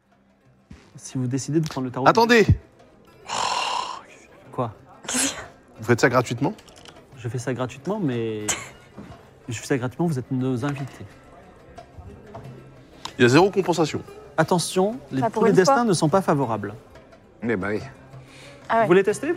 si vous décidez de prendre le tarot. Attendez, Quoi? vous faites ça gratuitement Je fais ça gratuitement, mais je fais ça gratuitement, vous êtes nos invités. Il y a zéro compensation. Attention, les, Ah, pour tous les une destins fois. ne sont pas favorables. Eh ben oui. Ah Vous ouais. voulez tester?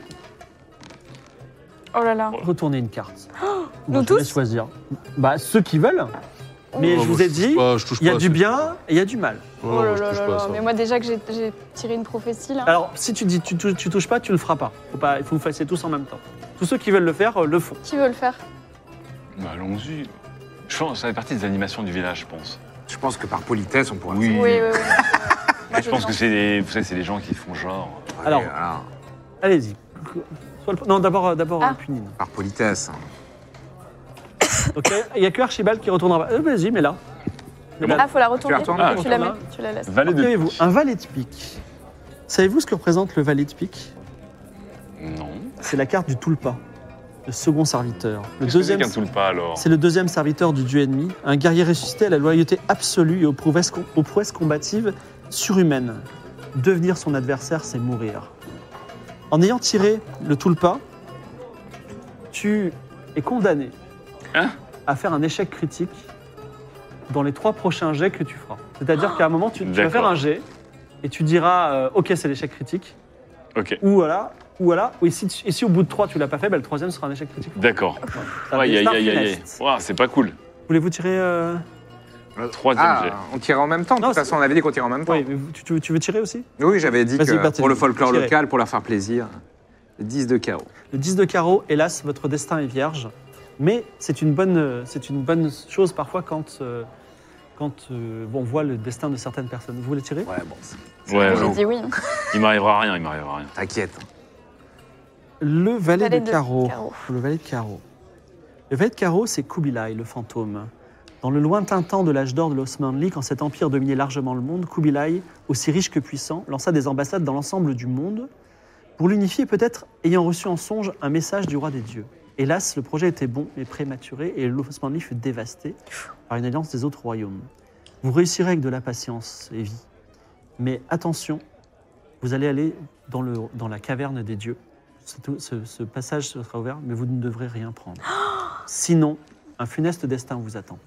Oh là là. Retournez une carte. nous je vais tous choisir. Bah, ceux qui veulent. Mais Oh, je moi, vous ai touche dit, pas, je touche il y a pas, du c'est- bien et il y a du mal. Ouais, Oh moi, là je là touche là pas à là. ça. Mais moi, déjà que j'ai j'ai tiré une prophétie là. Alors, si tu dis tu, tou- tu touches pas, tu le feras pas. Faut pas. Il faut que vous fassiez tous en même temps. Tous ceux qui veulent le faire, euh, le font. Qui veut le faire? Bah, allons-y. Je pense que ça fait partie des animations du village, je pense. Je pense que par politesse on pourrait. Oui. Oui, oui, oui. Moi, Je pense que tente. c'est des, vous savez, c'est des gens qui font genre. Ouais, Alors- voilà, Allez-y. Soit le- Non, d'abord, euh, d'abord Ah. euh, Punine. par politesse. Donc, il n'y a que Archibald qui retournera. Euh, Vas-y, mais là. Mais là, Ah, faut la retourner. Tu la retournes Ah, tu la tu mets, la- tu la laisses. Valet de inscrivez-vous. pique. Un valet de pique. Savez-vous ce que représente le valet de pique? Non. C'est la carte du Tulpa, le second serviteur. Le Qu'est-ce que deuxième, c'est qu'un tulpa alors? c'est le deuxième serviteur du dieu ennemi, un guerrier ressuscité à la loyauté absolue et aux prouesses, aux prouesses combatives surhumaines. Devenir son adversaire, c'est mourir. En ayant tiré le Tulpa, tu es condamné Hein à faire un échec critique dans les trois prochains jets que tu feras. C'est-à-dire qu'à un moment, tu, tu vas D'accord. faire un jet et tu diras euh, ok, c'est l'échec critique, Ok, ou voilà, ou voilà, ou et si, tu- et si au bout de trois tu l'as pas fait, ben, le troisième sera un échec critique. d'accord. Ça Aïe, aïe, destin aïe, aïe, aïe. funeste. Ouah, c'est pas cool. Voulez-vous tirer euh, Troisième jet. Ah, on tirait en même temps. De Non, toute c'est- façon, on avait dit qu'on tirait en même temps. Oui, mais vous- tu, tu- tu veux tirer aussi? Oui, j'avais dit Vas-y, que Barthélemy, pour le folklore tirez. local, pour leur faire plaisir, dix de carreau. Le dix de carreau, hélas, votre destin est vierge. Mais c'est une bonne, euh, c'est une bonne chose parfois quand, euh, quand euh, on voit le destin de certaines personnes. Vous voulez tirer? Ouais, bon, c'est- Ouais, J'ai non. dit oui. Il m'arrivera rien, il m'arrivera rien. t'inquiète. Le valet, Valet de, de carreau. carreau. Le valet de carreau. Le valet de carreau, c'est Kubilai, le fantôme. Dans le lointain temps de l'âge d'or de l'Osmanli, quand cet empire dominait largement le monde, Kubilai, aussi riche que puissant, lança des ambassades dans l'ensemble du monde pour l'unifier, peut-être ayant reçu en songe un message du roi des dieux. Hélas, le projet était bon, mais prématuré, et l'Osmanli fut dévasté par une alliance des autres royaumes. Vous réussirez avec de la patience, Evie. Mais attention, vous allez aller dans, le, dans la caverne des dieux. Ce, ce- ce passage sera ouvert, mais vous ne devrez rien prendre. Sinon, un funeste destin vous attend.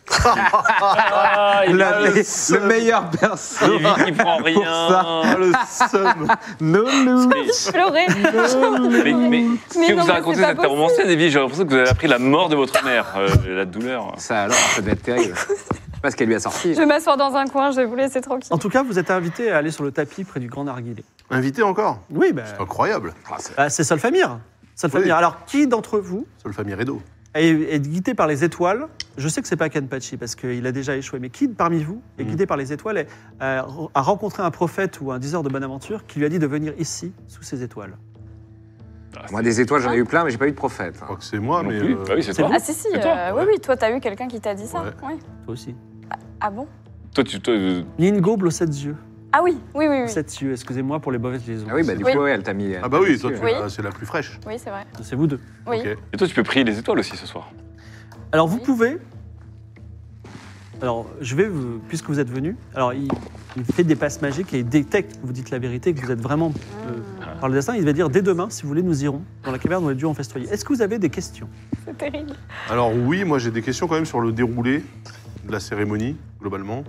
Ah, il La- a le, le meilleur perso. Evie qui prend rien. Ah, le seum. Nonou. Pleurer. Mais, mais ce Mais que non, vous mais a raconté c'est pas cette romancienne, Evie, j'ai l'impression que vous avez appris la mort de votre mère, euh, la douleur. Ça alors, ça doit être terrible. Parce qu'elle lui a sorti. Je vais m'asseoir dans un coin, je vais vous laisser tranquille. En tout cas, vous êtes invité à aller sur le tapis près du grand narguilé. Invité encore. Oui, bah, C'est incroyable. Ah, c'est- bah, c'est Solfamir. Solfamir. Oui. Alors, qui d'entre vous Solfamir Redo. est, est guidé par les étoiles? Je sais que c'est pas Kenpachi parce qu'il a déjà échoué, mais qui parmi vous est Mhm. guidé par les étoiles et euh, a rencontré un prophète ou un diseur de bonne aventure qui lui a dit de venir ici, sous ces étoiles? Moi, des étoiles, j'en ai eu plein, mais j'ai pas eu de prophète. Je crois que c'est moi, Non mais. plus. euh, Bah oui, c'est c'est toi. vous Ah si, si, C'est toi, euh, ouais. oui, oui, toi, t'as eu quelqu'un qui t'a dit ça Ouais. Ouais. Toi aussi. Ah bon Toi, tu. Toi, euh, Ningoble aux sept yeux. Ah oui, oui, oui, oui. Sept yeux, excusez-moi pour les mauvaises liaisons. Ah oui, bah du Oui. coup, ouais, elle t'a mis. elle Ah bah t'a oui, mis toi, dessus. tu Oui. l'as- c'est la plus fraîche. Oui, c'est vrai. C'est vous deux. Oui. Ok. Et toi, tu peux prier les étoiles aussi ce soir. Alors, vous Oui. pouvez. Alors, je vais, vous- puisque vous êtes venu, alors il, il fait des passes magiques et il détecte que vous dites la vérité, que vous êtes vraiment euh, par le destin. Il va dire dès demain, si vous voulez, nous irons dans la caverne où les dieux ont festoyé. Est-ce que vous avez des questions? C'est terrible. Alors oui, moi j'ai des questions quand même sur le déroulé de la cérémonie, globalement.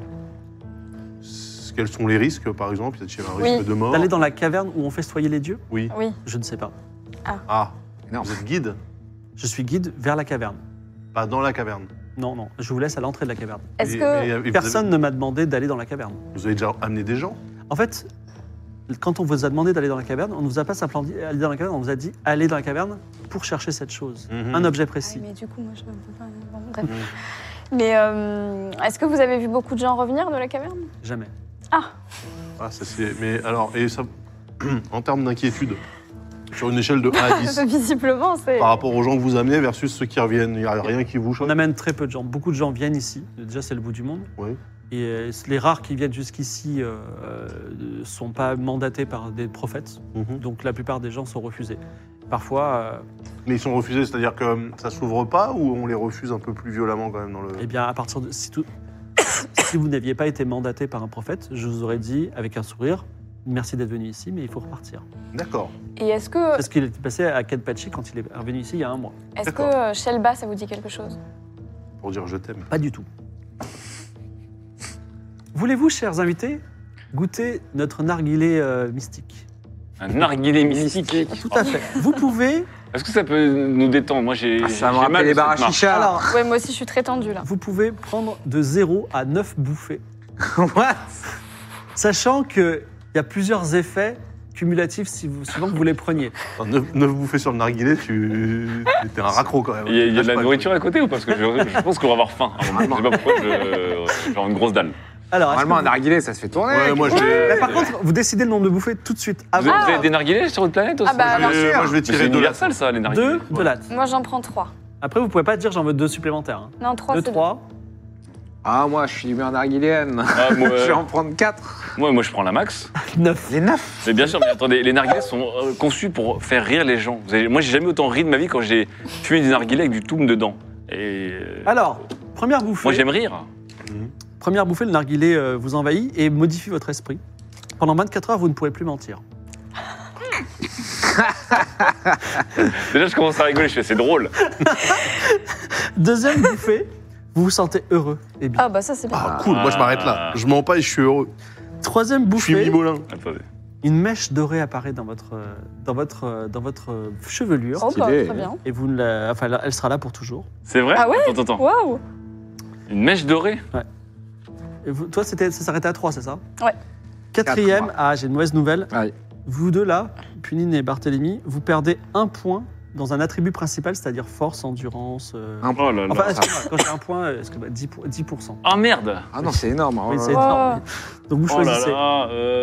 S- Quels sont les risques, par exemple? Peut-être qu'il y a un Oui. risque de mort. D'aller dans la caverne où on festoyait les dieux? Oui. Oui. Je ne sais pas. Ah, Non. vous êtes guide? Je suis guide vers la caverne. Pas dans la caverne. Non, non, je vous laisse à l'entrée de la caverne. Est-ce Et- que... mais- et vous Personne avez- ne m'a demandé d'aller dans la caverne. Vous avez déjà amené des gens? En fait, quand on vous a demandé d'aller dans la caverne, on ne vous a pas simplement dit aller dans la caverne, on vous a dit aller dans la caverne pour chercher cette chose, Mhm. un objet Ah oui, précis. mais du coup, moi, je ne peux pas... bon, bref. Mhm. Mais euh, est-ce que vous avez vu beaucoup de gens revenir de la caverne Jamais. Ah, Ah, ça c'est. Mais alors, et ça, en termes d'inquiétude, sur une échelle de un à dix, visiblement, c'est... par rapport aux gens que vous amenez versus ceux qui reviennent, il n'y a rien qui vous On choque? amène très peu de gens. Beaucoup de gens viennent ici. Déjà, c'est le bout du monde. Oui. Et euh, les rares qui viennent jusqu'ici ne sont pas mandatés par des prophètes. Mhm. Donc la plupart des gens sont refusés. Parfois, euh, Mais ils sont refusés, c'est-à-dire que euh, ça s'ouvre pas ou on les refuse un peu plus violemment quand même dans le. eh bien, à partir de... Si, tout- si vous n'aviez pas été mandaté par un prophète, je vous aurais dit, avec un sourire, merci d'être venu ici, mais il faut repartir. D'accord. Et est-ce que, C'est ce qu'il est passé à Kenpachi quand il est revenu ici il y a un mois. est-ce que D'accord. euh, Shelba, ça vous dit quelque chose Pour dire je t'aime. Pas du tout. Voulez-vous, chers invités, goûter notre narguilé euh, mystique? Un narguilé mystique. Tout à fait. Vous pouvez, Est-ce que ça peut nous détendre? Moi, j'ai. Ah, ça me j'ai mal rappelle de les cette bars à marche. chicha. alors, Ouais, moi aussi, je suis très tendue, là. vous pouvez prendre de zéro à neuf bouffées, What? sachant qu'il y a plusieurs effets cumulatifs si vous, suivant que vous les preniez. Enfin, neuf, neuf bouffées sur le narguilé, tu. T'es un raccro quand même. Il y a, il y a de la Lâche pas, nourriture à côté ou parce que je, je pense qu'on va avoir faim. à un moment. Je sais pas pourquoi, je, je vais avoir une grosse dalle. Alors, est-ce que Normalement, un vous- narguilé, ça se fait tourner. Ouais, moi je Mais vais. par contre, vous décidez le nombre de bouffées tout de suite. Vous Avant avez, vous avez des narguilés sur votre planète aussi? Ah bah, moi, bien je vais- sûr. moi, je vais Mais tirer c'est deux lattes. universel ça, les narguilés. deux de Ouais. latte. Moi, j'en prends trois. Après, vous pouvez pas dire j'en veux deux supplémentaires. Hein. Non, trois, Deux, c'est trois. Ah, moi, je suis d'humeur narguilienne. Ah, moi, Je vais euh, en prendre quatre. moi, moi, je prends la max. Neuf. Les neuf. Mais bien sûr, mais attendez, les narguilés sont euh, conçus pour faire rire les gens. Vous avez- moi, j'ai jamais autant ri de ma vie quand j'ai fumé des narguilés avec du toum dedans. Et euh, Alors, première bouffée. moi, j'aime rire. Première bouffée, le narguilé euh, vous envahit et modifie votre esprit. Pendant vingt-quatre heures, vous ne pourrez plus mentir. Déjà, je commence à rigoler. Je fais, c'est drôle. Deuxième bouffée, vous vous sentez heureux et bien. Ah, bah ça, c'est bien. Ah, cool, moi je m'arrête là. Je mens pas et je suis heureux. Troisième Je suis bouffée, mimolin. Attendez. une mèche dorée apparaît dans votre, euh, dans votre, euh, dans votre euh, chevelure. Oh, bah, stylé. très bien. Et vous ne la- enfin, elle sera là pour toujours. C'est vrai? Ah ouais Attends, attends. Waouh Une mèche dorée? Et vous- toi, c'était, ça s'arrêtait à trois, c'est ça? Ouais. Quatrième, Quatre, ah, j'ai une mauvaise nouvelle. Aïe. Vous deux là, Punine et Barthélemy, vous perdez un point dans un attribut principal, c'est-à-dire force, endurance. euh, Un Oh là là. Enfin, excusez-moi, quand j'ai un point, euh, excusez-moi, dix pour- dix pour cent. Ah merde! Ah non, c'est énorme. Oui, Oh c'est là là. énorme. Donc vous Oh là choisissez. là. euh,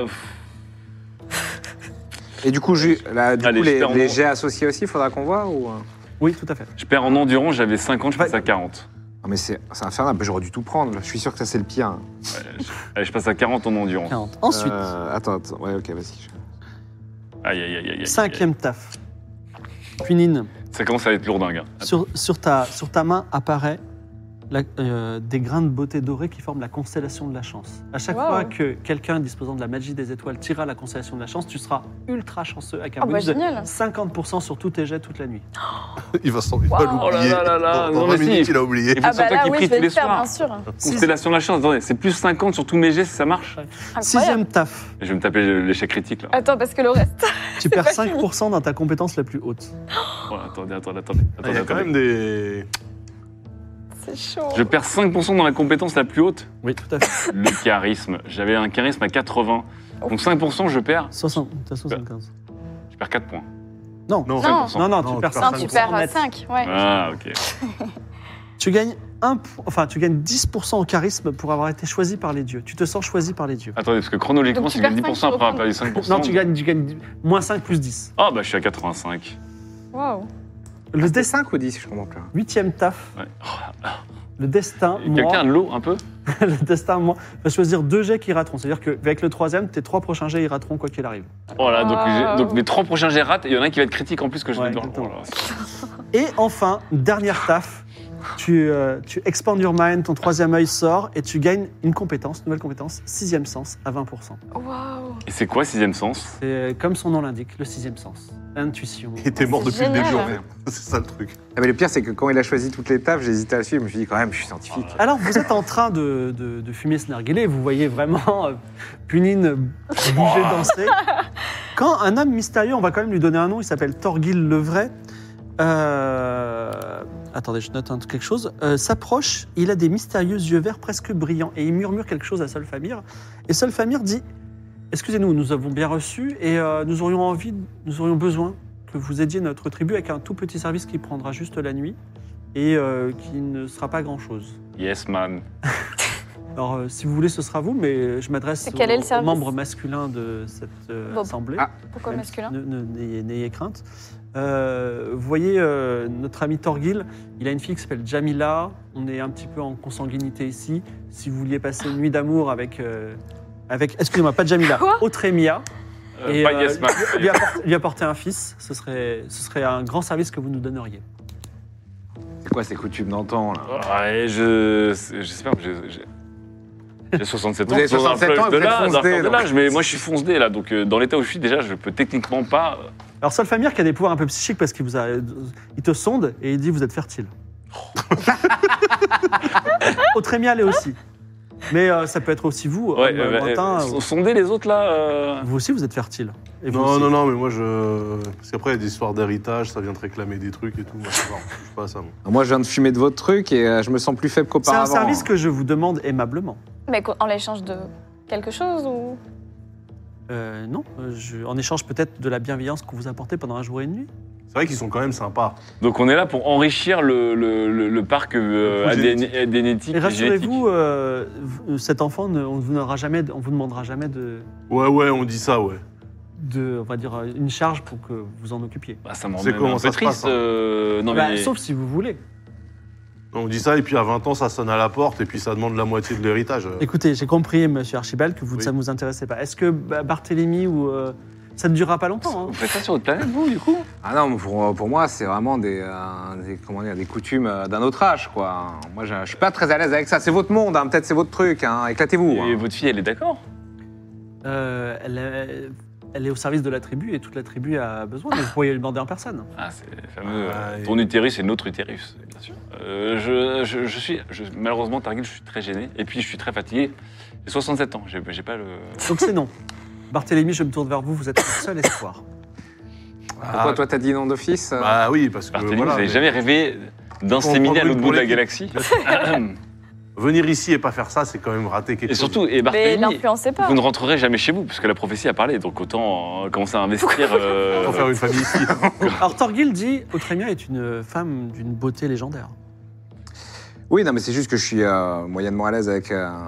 Et du coup, ju- là, du Allez, coup je les, perds les mon- jets associés aussi, il faudra qu'on voie ou... Oui, tout à fait. Je perds en endurance, j'avais cinquante, je passe Ouais. à quarante. Ah, mais c'est c'est infernal. J'aurais dû tout prendre. là. Je suis sûr que ça, c'est le pire. hein. Ouais, je, allez, je passe à quarante en endurance. quarante. Ensuite, Euh, attends, attends. Ouais, ok, vas-y. Aïe, aïe, aïe, aïe, aïe. cinquième taf. Punine, Ça commence à être lourdingue. hein. sur, sur, ta, sur ta main apparaît la- euh, des grains de beauté dorés qui forment la constellation de la chance. À chaque Wow. fois que quelqu'un disposant de la magie des étoiles tirera la constellation de la chance, tu seras ultra chanceux avec un Ah, bah bonus de génial. cinquante pour cent sur tous tes jets toute la nuit. Il va s'en il va Waouh. l'oublier. Oh là là là là. Dans, dans Non, vingt mais si. minutes, il a oublié. Et vous, Ah, c'est bah toi là, qui oui, prie je vais tous les le faire, soirs. bien sûr. Constellation de la chance, attendez, c'est plus cinquante sur tous mes jets si ça marche. Incroyable. Sixième taf. Je vais me taper l'échec critique là. Attends, parce que le reste. Tu perds pas cinq pour cent dans ta compétence la plus haute. Oh, attendez, attendez, attendez. Ah, il y attendez, a quand attendez. même des. C'est chaud. Je perds cinq pour cent dans la compétence la plus haute. Oui, tout à fait. Le charisme. J'avais un charisme à quatre-vingts. Donc cinq pour cent, je perds. soixante, t'as soixante-quinze. Je perds quatre points. Non, Non. cinq pour cent. non, non, Non, tu perds tu Non, perds cinq tu pour cent perds net. cinq, ouais. Ah, ok. Tu gagnes un, po- enfin, tu gagnes dix pour cent en charisme pour avoir été choisi par les dieux. Tu te sens choisi par les dieux. Attendez, parce que chronologiquement, Donc si tu je gagne dix perds pour cent cinq, après avoir tu perdu cinq pour cent. Non, tu gagnes, tu gagnes moins cinq plus dix. Ah, bah je suis à quatre-vingt-cinq. Waouh. Le C'était destin, cinq ou dix, je comprends plus. huitième taf. Ouais. Le destin, moi, Quelqu'un a de l'eau un peu? le destin, moi, va choisir deux jets qui rateront. C'est-à-dire qu'avec le troisième, tes trois prochains jets, ils rateront quoi qu'il arrive. Oh là, donc, Ah. j'ai- donc mes trois prochains jets ratent et il y en a un qui va être critique en plus que je Ouais, vais devoir. exactement. Oh là. Et enfin, dernière taf, tu, euh, tu expand your mind, ton troisième œil sort et tu gagnes une compétence, nouvelle compétence, sixième sens à vingt pour cent. Waouh. Et c'est quoi sixième sens? C'est comme son nom l'indique, le sixième sens. Intuition. Et t'es mort C'est depuis le début, génial. en fait. C'est ça le truc. Ah, mais le pire, c'est que quand il a choisi toutes les tables, j'ai hésité à le suivre. Je me suis dit, quand même, je suis scientifique. Alors, vous êtes en train de, de, de fumer ce narguilé, vous voyez vraiment euh, Punine bouger, danser. Quand un homme mystérieux, on va quand même lui donner un nom, il s'appelle Torgil Levray, euh, attendez, je note un- quelque chose, euh, s'approche, il a des mystérieux yeux verts presque brillants, et il murmure quelque chose à Solfamir, et Solfamir dit « Excusez-nous, nous avons bien reçu, et euh, nous aurions envie, nous aurions besoin que vous aidiez notre tribu avec un tout petit service qui prendra juste la nuit, et euh, qui ne sera pas grand-chose. » Yes, man. Alors, euh, si vous voulez, ce sera vous, mais je m'adresse Et quel est le aux, aux service membres masculins de cette euh, Bob. assemblée. Ah. Pourquoi Même masculin si- ne- ne- N'ayez n'ayez crainte. Euh, vous voyez, euh, notre ami Torgil, il a une fille qui s'appelle Jamila. On est un petit peu en consanguinité ici. Si vous vouliez passer une nuit d'amour avec... euh, avec excusez-moi, pas Jamila, Quoi Autremia. Euh, et pas euh, yes, man. lui, apporter, lui apporter un fils, ce serait, ce serait un grand service que vous nous donneriez. C'est quoi ces coutumes d'antan, là? Ouais, je. J'espère que j'ai. j'ai- J'ai soixante-sept ans. Vous avez c'est dans un soixante-sept fleuve ans et de vous êtes l'âge, foncedé, d'un fleuve de donc. l'âge, mais moi je suis foncedé là, donc euh, dans l'état où je suis déjà, je peux techniquement pas. euh, Alors Solfamir qui a des pouvoirs un peu psychiques parce qu'il vous a, il te sonde et il dit vous êtes fertile. Autremia l'est aussi. Mais euh, ça peut être aussi vous, Ouais, homme euh, lointain, euh, ou- sonder les autres là. euh, vous aussi vous êtes fertile. Et vous Non, aussi. non, non, mais moi, je. Parce qu'après, il y a des histoires d'héritage, ça vient te réclamer des trucs et tout. Moi, ça va, je touche pas à ça, moi. Moi, je viens de fumer de votre truc et euh, je me sens plus faible C'est un qu'auparavant. service que je vous demande aimablement. Mais en l'échange de quelque chose ou Euh, non, euh, je- en échange peut-être de la bienveillance qu'on vous a apportée pendant un jour et une nuit. C'est vrai qu'ils sont quand même sympas. Donc on est là pour enrichir le, le, le, le parc euh, Le pool ADN génétique. adénétique. Et et rassurez-vous, euh, vous- cet enfant, ne- on vous donnera jamais, on vous demandera jamais de, Ouais, ouais, on dit ça, ouais. de, on va dire, une charge pour que vous en occupiez. génétique. Bah, ça m'en C'est rend comment un ça peu se passe, triste. hein. euh, non, Bah, mais... Sauf si vous voulez. On dit ça, et puis à vingt ans, ça sonne à la porte, et puis ça demande la moitié de l'héritage. Écoutez, j'ai compris, monsieur Archibald, que vous, Oui. ça ne vous intéressait pas. Est-ce que bah, Barthélemy ou. euh, ça ne durera pas longtemps, hein. Vous faites ça sur votre planète, vous, du coup? Ah non, pour, pour moi, c'est vraiment des, euh, des, comment dire, des coutumes euh, d'un autre âge, quoi. Moi, je, je suis pas très à l'aise avec ça. C'est votre monde, hein. Peut-être c'est votre truc, hein. Éclatez-vous. Et hein. votre fille, elle est d'accord? Euh, elle, est, elle est au service de la tribu et toute la tribu a besoin, donc vous pourriez lui demander en personne. Ah, c'est le fameux. Ah, euh, et- ton utérus et notre utérus, bien sûr. Euh, je, je, je suis. je- malheureusement, Targil, je suis très gêné. Et puis, je suis très fatigué. J'ai soixante-sept ans. J'ai j'ai pas le. Donc c'est non. Barthélemy, je me tourne vers vous, vous êtes le seul espoir. Pourquoi toi, t'as dit non d'office euh Bah oui, parce que. Barthélemy, voilà, vous n'avez mais jamais rêvé d'inséminer à l'autre bout de la galaxie? Venir ici et pas faire ça, c'est quand même rater quelque Et chose. surtout, et Mais Barthélemy, l'influencez pas. vous ne rentrerez jamais chez vous, puisque la prophétie a parlé, donc autant euh, commencer à investir. euh, Pour faire une famille ici. Alors Torgil dit Autremia est une femme d'une beauté légendaire. Oui, non, mais c'est juste que je suis euh, moyennement à l'aise avec. euh,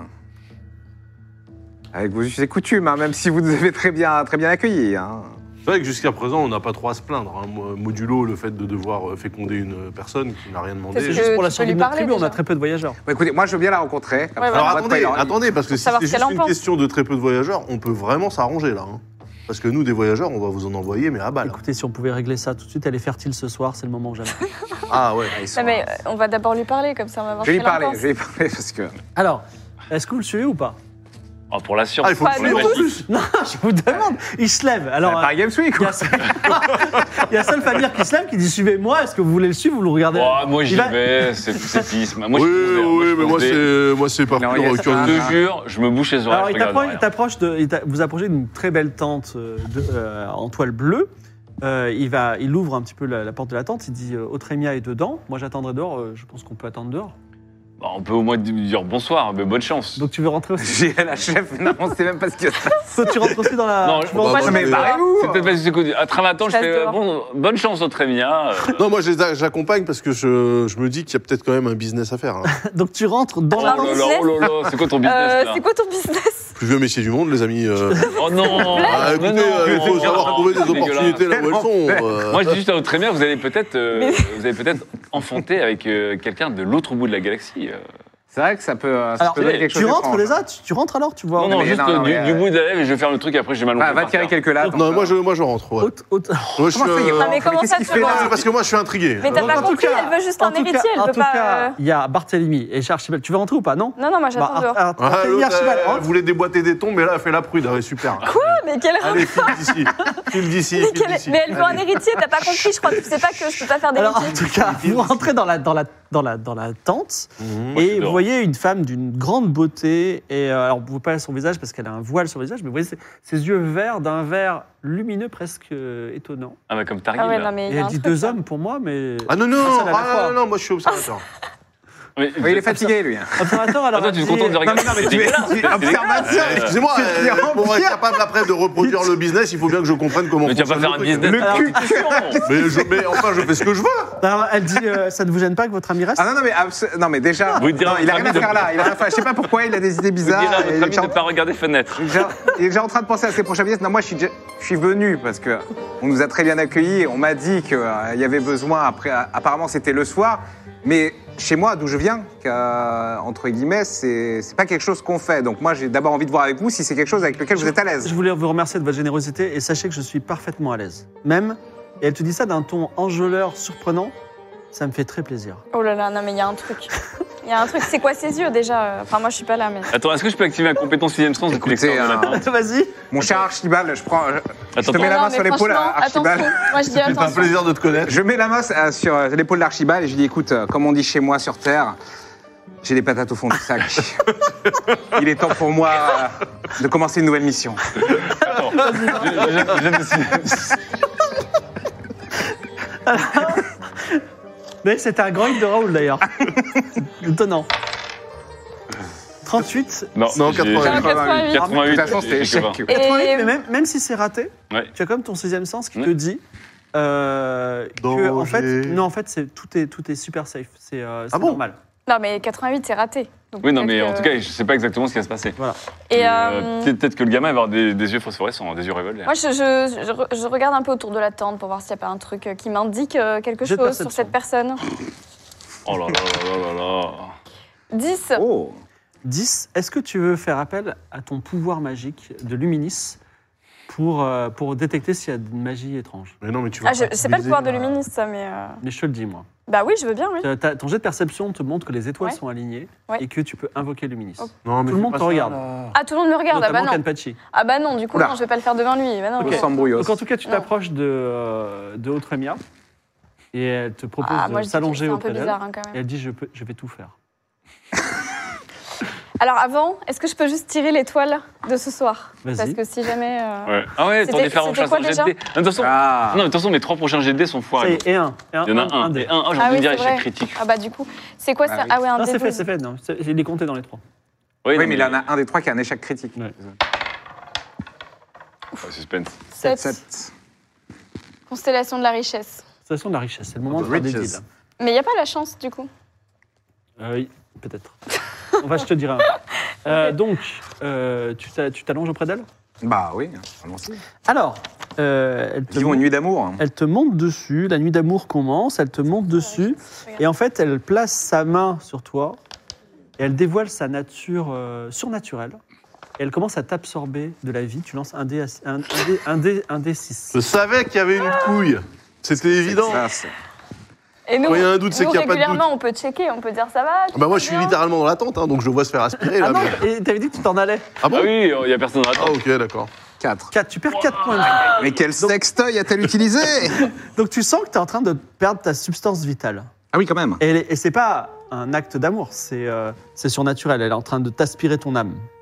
avec vos us et coutumes, hein, même si vous nous avez très bien, très bien accueillis. Hein. C'est vrai que jusqu'à présent, on n'a pas trop à se plaindre. hein. Mo- Modulo, le fait de devoir euh, féconder une personne qui n'a rien demandé. Parce C'est que juste pour la tu peux survie lui de notre parler, tribu, on a déjà. très peu de voyageurs. Bon, écoutez, moi, je veux bien la rencontrer. comme Ouais, ça, ouais. on Alors voit de attendez, quoi il en- attendez, parce que Pour si savoir c'est ce qu'elle juste en une pense. question de très peu de voyageurs, on peut vraiment s'arranger là. hein. Parce que nous, des voyageurs, on va vous en envoyer, mais à balle. Écoutez, si on pouvait régler ça tout de suite, elle est fertile ce soir, c'est le moment jamais. Ah ouais. Ils sont- Non, mais euh, on va d'abord lui parler, comme ça on va voir Je vais ce lui qu'elle en parler, pense. je vais lui parler parce que. Alors, est-ce que vous le suivez ou pas? Oh, pour la science. Ah, il faut Pas le du suivre tout. en plus. Non, je vous demande. Il se lève. Alors, Alors, par Games Week, il y quoi. a il y a Solfamir qui se lève, qui dit suivez-moi. Est-ce que vous voulez le suivre ou le regardez? Oh, moi j'y Il va- vais, c'est c'est pisse. Moi, je Oui, suis foncé, hein. oui, je mais suis moi, foncé. c'est moi, c'est par Non, pure il y a ça. Je curiosité. te jure, je me bouche les oreilles. Alors, je il regarde t'approche, rien. il t'approche de, il t'a- vous approchez d'une très belle tente euh, de- euh, en toile bleue. Euh, il, va, il ouvre un petit peu la, la porte de la tente. Il dit euh, Autremia est dedans. Moi, j'attendrai dehors. euh, je pense qu'on peut attendre dehors. Bah, on peut au moins dire bonsoir, mais bonne chance. Donc tu veux rentrer aussi. J'ai la chef, mais non, on sait même pas ce qu'il y a. Toi, tu rentres aussi dans la. Non, tu je- veux rentrer bah, dans bah, la- mais barrez-vous. C'est peut-être parce que à travers un temps, je Passe fais euh, dehors. bon, bonne chance, Trémia. Euh, Non, moi, je les a- j'accompagne parce que je, je me dis qu'il y a peut-être quand même un business à faire. Hein. Donc tu rentres dans Oh la. là là, oh là là, c'est quoi ton business Euh, là c'est quoi ton business? Plus vieux métier du monde, les amis. euh. Oh non Ah, écoutez, Mais non, euh, il faut c'est savoir dégueulasse. trouver des C'est opportunités là où elles sont. euh. Moi, je dis juste à Trémia, vous allez peut-être, euh, vous allez peut-être enfanter avec euh, quelqu'un de l'autre bout de la galaxie. euh. C'est vrai que ça peut, euh, ça Alors, peut donner quelque chose tu rentres d'étrange. les as, tu, tu rentres alors, tu vois. Non, non, mais juste non, non, du, mais, du euh, bout de la lèvre et je vais faire le truc après j'ai mal au Va, cul va par tirer terre. quelques lattes. Non, moi je, moi je rentre. Ouais. Haute- haute- Moi, je suis, Comment ça, il est euh, pas- Non, mais comment qu'est-ce ça, qu'il tu fait vois là c'est parce que moi je suis intrigué. Mais t'as Donc, pas en tout compris, cas- elle veut juste en un tout cas- héritier, elle en peut tout pas. cas, euh, il y a Barthélemy et chez Archibald. Tu veux rentrer ou pas, non Non, non, moi j'attends Bah, dehors. Ar- Ar- Ah, Barthélemy, l'autre, Archibald, elle rentre. voulait déboîter des tombes, mais là elle fait la prude. Ah, ouais, super. Mais quelle Allez, file d'ici. File d'ici. Mais, file quelle- d'ici. mais elle veut un Allez. héritier, t'as pas compris, je crois. Tu sais pas que je peux pas faire Alors, en d'héritier. tout cas, vous rentrez dans la, dans la, dans la, dans la tente Mhm. je suis et vous dehors. voyez une femme d'une grande beauté. Et euh, alors, vous ne voyez pas son visage parce qu'elle a un voile sur le visage, mais vous voyez ses, ses yeux verts d'un vert lumineux presque euh, étonnant. Ah bah comme Targil. Ah ouais, là. non, mais il Et y a elle un dit truc, deux là. hommes pour moi, mais. Ah non, non, Un seul à la ah, fois. non, non, moi je suis observateur. Mais- Oui, il est fatigué, lui. Observateur, alors. Attends, tu es elle content dit- de regarder non, mais tu es- dégueulasse, tu es c'est observateur. dégueulasse. Excusez-moi, C'est pire euh, en pour être pire. capable après de reproduire le business, il faut bien que je comprenne comment Mais tu vas pas fonctionne faire un le truc. business Le de prostitution. Mais, je, mais enfin, je fais ce que je veux. Alors, elle dit euh, ça ne vous gêne pas que votre ami reste Ah non, non, mais, abs- non, mais déjà, Vous direz non, à il a votre rien à ami faire de- là. Il a rien à faire. Je sais pas pourquoi, il a des idées Vous bizarres. direz à et votre il est ami de déjà- ne pas regarder fenêtre. il est déjà- il est déjà en train de penser à ses prochains business. Non, moi, je suis, déjà- je suis venu parce que on nous a très bien accueillis. On m'a dit qu'il y avait besoin. Après, euh, apparemment, c'était le soir. Mais chez moi, d'où je viens, qu'à- entre guillemets, c'est c'est pas quelque chose qu'on fait. Donc moi, j'ai d'abord envie de voir avec vous si c'est quelque chose avec lequel vous êtes à l'aise. Je voulais vous remercier de votre générosité et sachez que je suis parfaitement à l'aise. Même, et elle te dit ça d'un ton enjôleur surprenant, ça me fait très plaisir. Oh là là, non, mais il y a un truc. Il y a un truc, c'est quoi ses yeux déjà? Enfin, moi je suis pas là, mais. Attends, est-ce que je peux activer un compétence sixième sens depuis Écoutez, l'extérieur de la hein. tente Vas-y. Mon cher Archibald, je prends, je, je Attends, te mets attends. la Non, main mais sur l'épaule, franchement, Archibald. attention. Moi je dis C'est un attention. plaisir de te connaître. Je mets la main euh, sur euh, l'épaule d'Archibald et je lui dis écoute, euh, comme on dit chez moi sur Terre, j'ai des patates au fond du sac. Il est temps pour moi euh, de commencer une nouvelle mission. Attends. Je- je- je- je- Mais c'était un grand hit de Raoul d'ailleurs. Étonnant. trente-huit. Non, Non, j'ai- quatre-vingt-huit. j'ai- quatre-vingt-huit. De toute façon, c'était j'ai échec. que vingt. Et- quatre-vingt-huit, mais même, même si c'est raté, Ouais. tu as quand même ton sixième sens qui Ouais. te dit euh, que en fait, Danger. non, en fait, c'est tout est tout est super safe. C'est euh, c'est Ah bon normal. Non, mais quatre-vingt-huit, c'est raté. Donc, Oui, non, mais peut-être en que- tout cas, je sais pas exactement ce qui va se passer. Et Mais, euh, euh, peut-être peut-être que le gamin va avoir des, des yeux phosphorescents, des yeux revolvers. moi, je, je, je re- je regarde un peu autour de la tente pour voir s'il n'y a pas un truc euh, qui m'indique euh, quelque Jet de chose sur perception. cette personne. Oh là là là là là là. dix. Oh. dix. Est-ce que tu veux faire appel à ton pouvoir magique de Luminis pour, euh, pour détecter s'il y a une magie étrange? Mais non, mais tu vas Ah, je- pas c'est pas le pouvoir de utiliser, luministe, ça, mais. euh, Mais je te le dis, moi. Bah oui, je veux bien, oui. Euh, t'as- Ton jet de perception te montre que les étoiles Ouais. sont alignées Ouais. et que tu peux invoquer Luminis. Ok. Non, mais Tout le fais monde pas te ça, regarde. là. Ah, tout le monde me regarde. Ah bah Notamment non. Kanpachi. Ah bah non, du coup, Oula. non, je vais pas le faire devant lui. Bah non. Ok. Au Sambrouillos. Donc en tout cas, tu Non. t'approches de, euh, de Autremia et elle te propose Ah, de moi, je dis que s'allonger c'est un auprès peu d'elle. bizarre, hein, quand Et même. elle dit je, peux, je vais tout faire. Alors avant, est-ce que je peux juste tirer l'étoile de ce soir? Vas-y. Parce que si jamais. euh, Ouais. Ah ouais, C'était- t'en es faire en c'était chasse quoi, en jet déjà de dés. De toute façon, Ah. non, de toute façon, mes trois prochains jets de dés sont Ça foirés. y est, et un. Et un, Il y en a un. des- Et un, oh, j'ai Ah envie oui, de dire c'est échec vrai. critique. Ah bah du coup, c'est quoi Bah ça? oui. Ah ouais, un Non, D c'est fait, douze. c'est fait. Non. C'est- Il est compté dans les trois. Oui, Oui, mais il y en a un des trois qui a un échec critique. Ouais. Oh, suspense. sept. Sept. Constellation de la richesse. C'est de la richesse. C'est le moment The de faire des riches. deals. Mais il n'y a pas la chance, du coup. Euh, oui, peut-être. On va, je te dirai. un. Euh, donc, euh, tu t'a- tu t'allonges auprès d'elle? Bah oui, allons-y. Alors, euh, elle, te Vivons monte, une nuit d'amour. elle te monte dessus. La nuit d'amour commence. Elle te monte dessus. Et en fait, elle place sa main sur toi et elle dévoile sa nature euh, surnaturelle. Et elle commence à t'absorber de la vie. Tu lances un dé, à- un, un dé, un dé, un dé six. Je savais qu'il y avait une couille. C'était évident. Ça, c'est- Et nous, Quand il y a un doute, c'est nous, qu'il y a pas de régulièrement, doute. on peut checker, on peut dire ça va. tu Bah moi, vas je suis bien littéralement dans la tente, hein, donc je le vois se faire aspirer. Là, Ah non, mais- et t'avais dit que tu t'en allais. Ah bon Ah oui, il n'y a personne dans la Ah tente. ok, d'accord. Quatre. quatre, tu perds quatre points de vie. Mais quel sextoy a-t-elle utilisé? Donc tu sens que tu es en train de perdre ta substance vitale. Ah oui, quand même. Et, elle est- et c'est pas un acte d'amour, c'est euh, c'est surnaturel. Elle est en train de t'aspirer ton âme.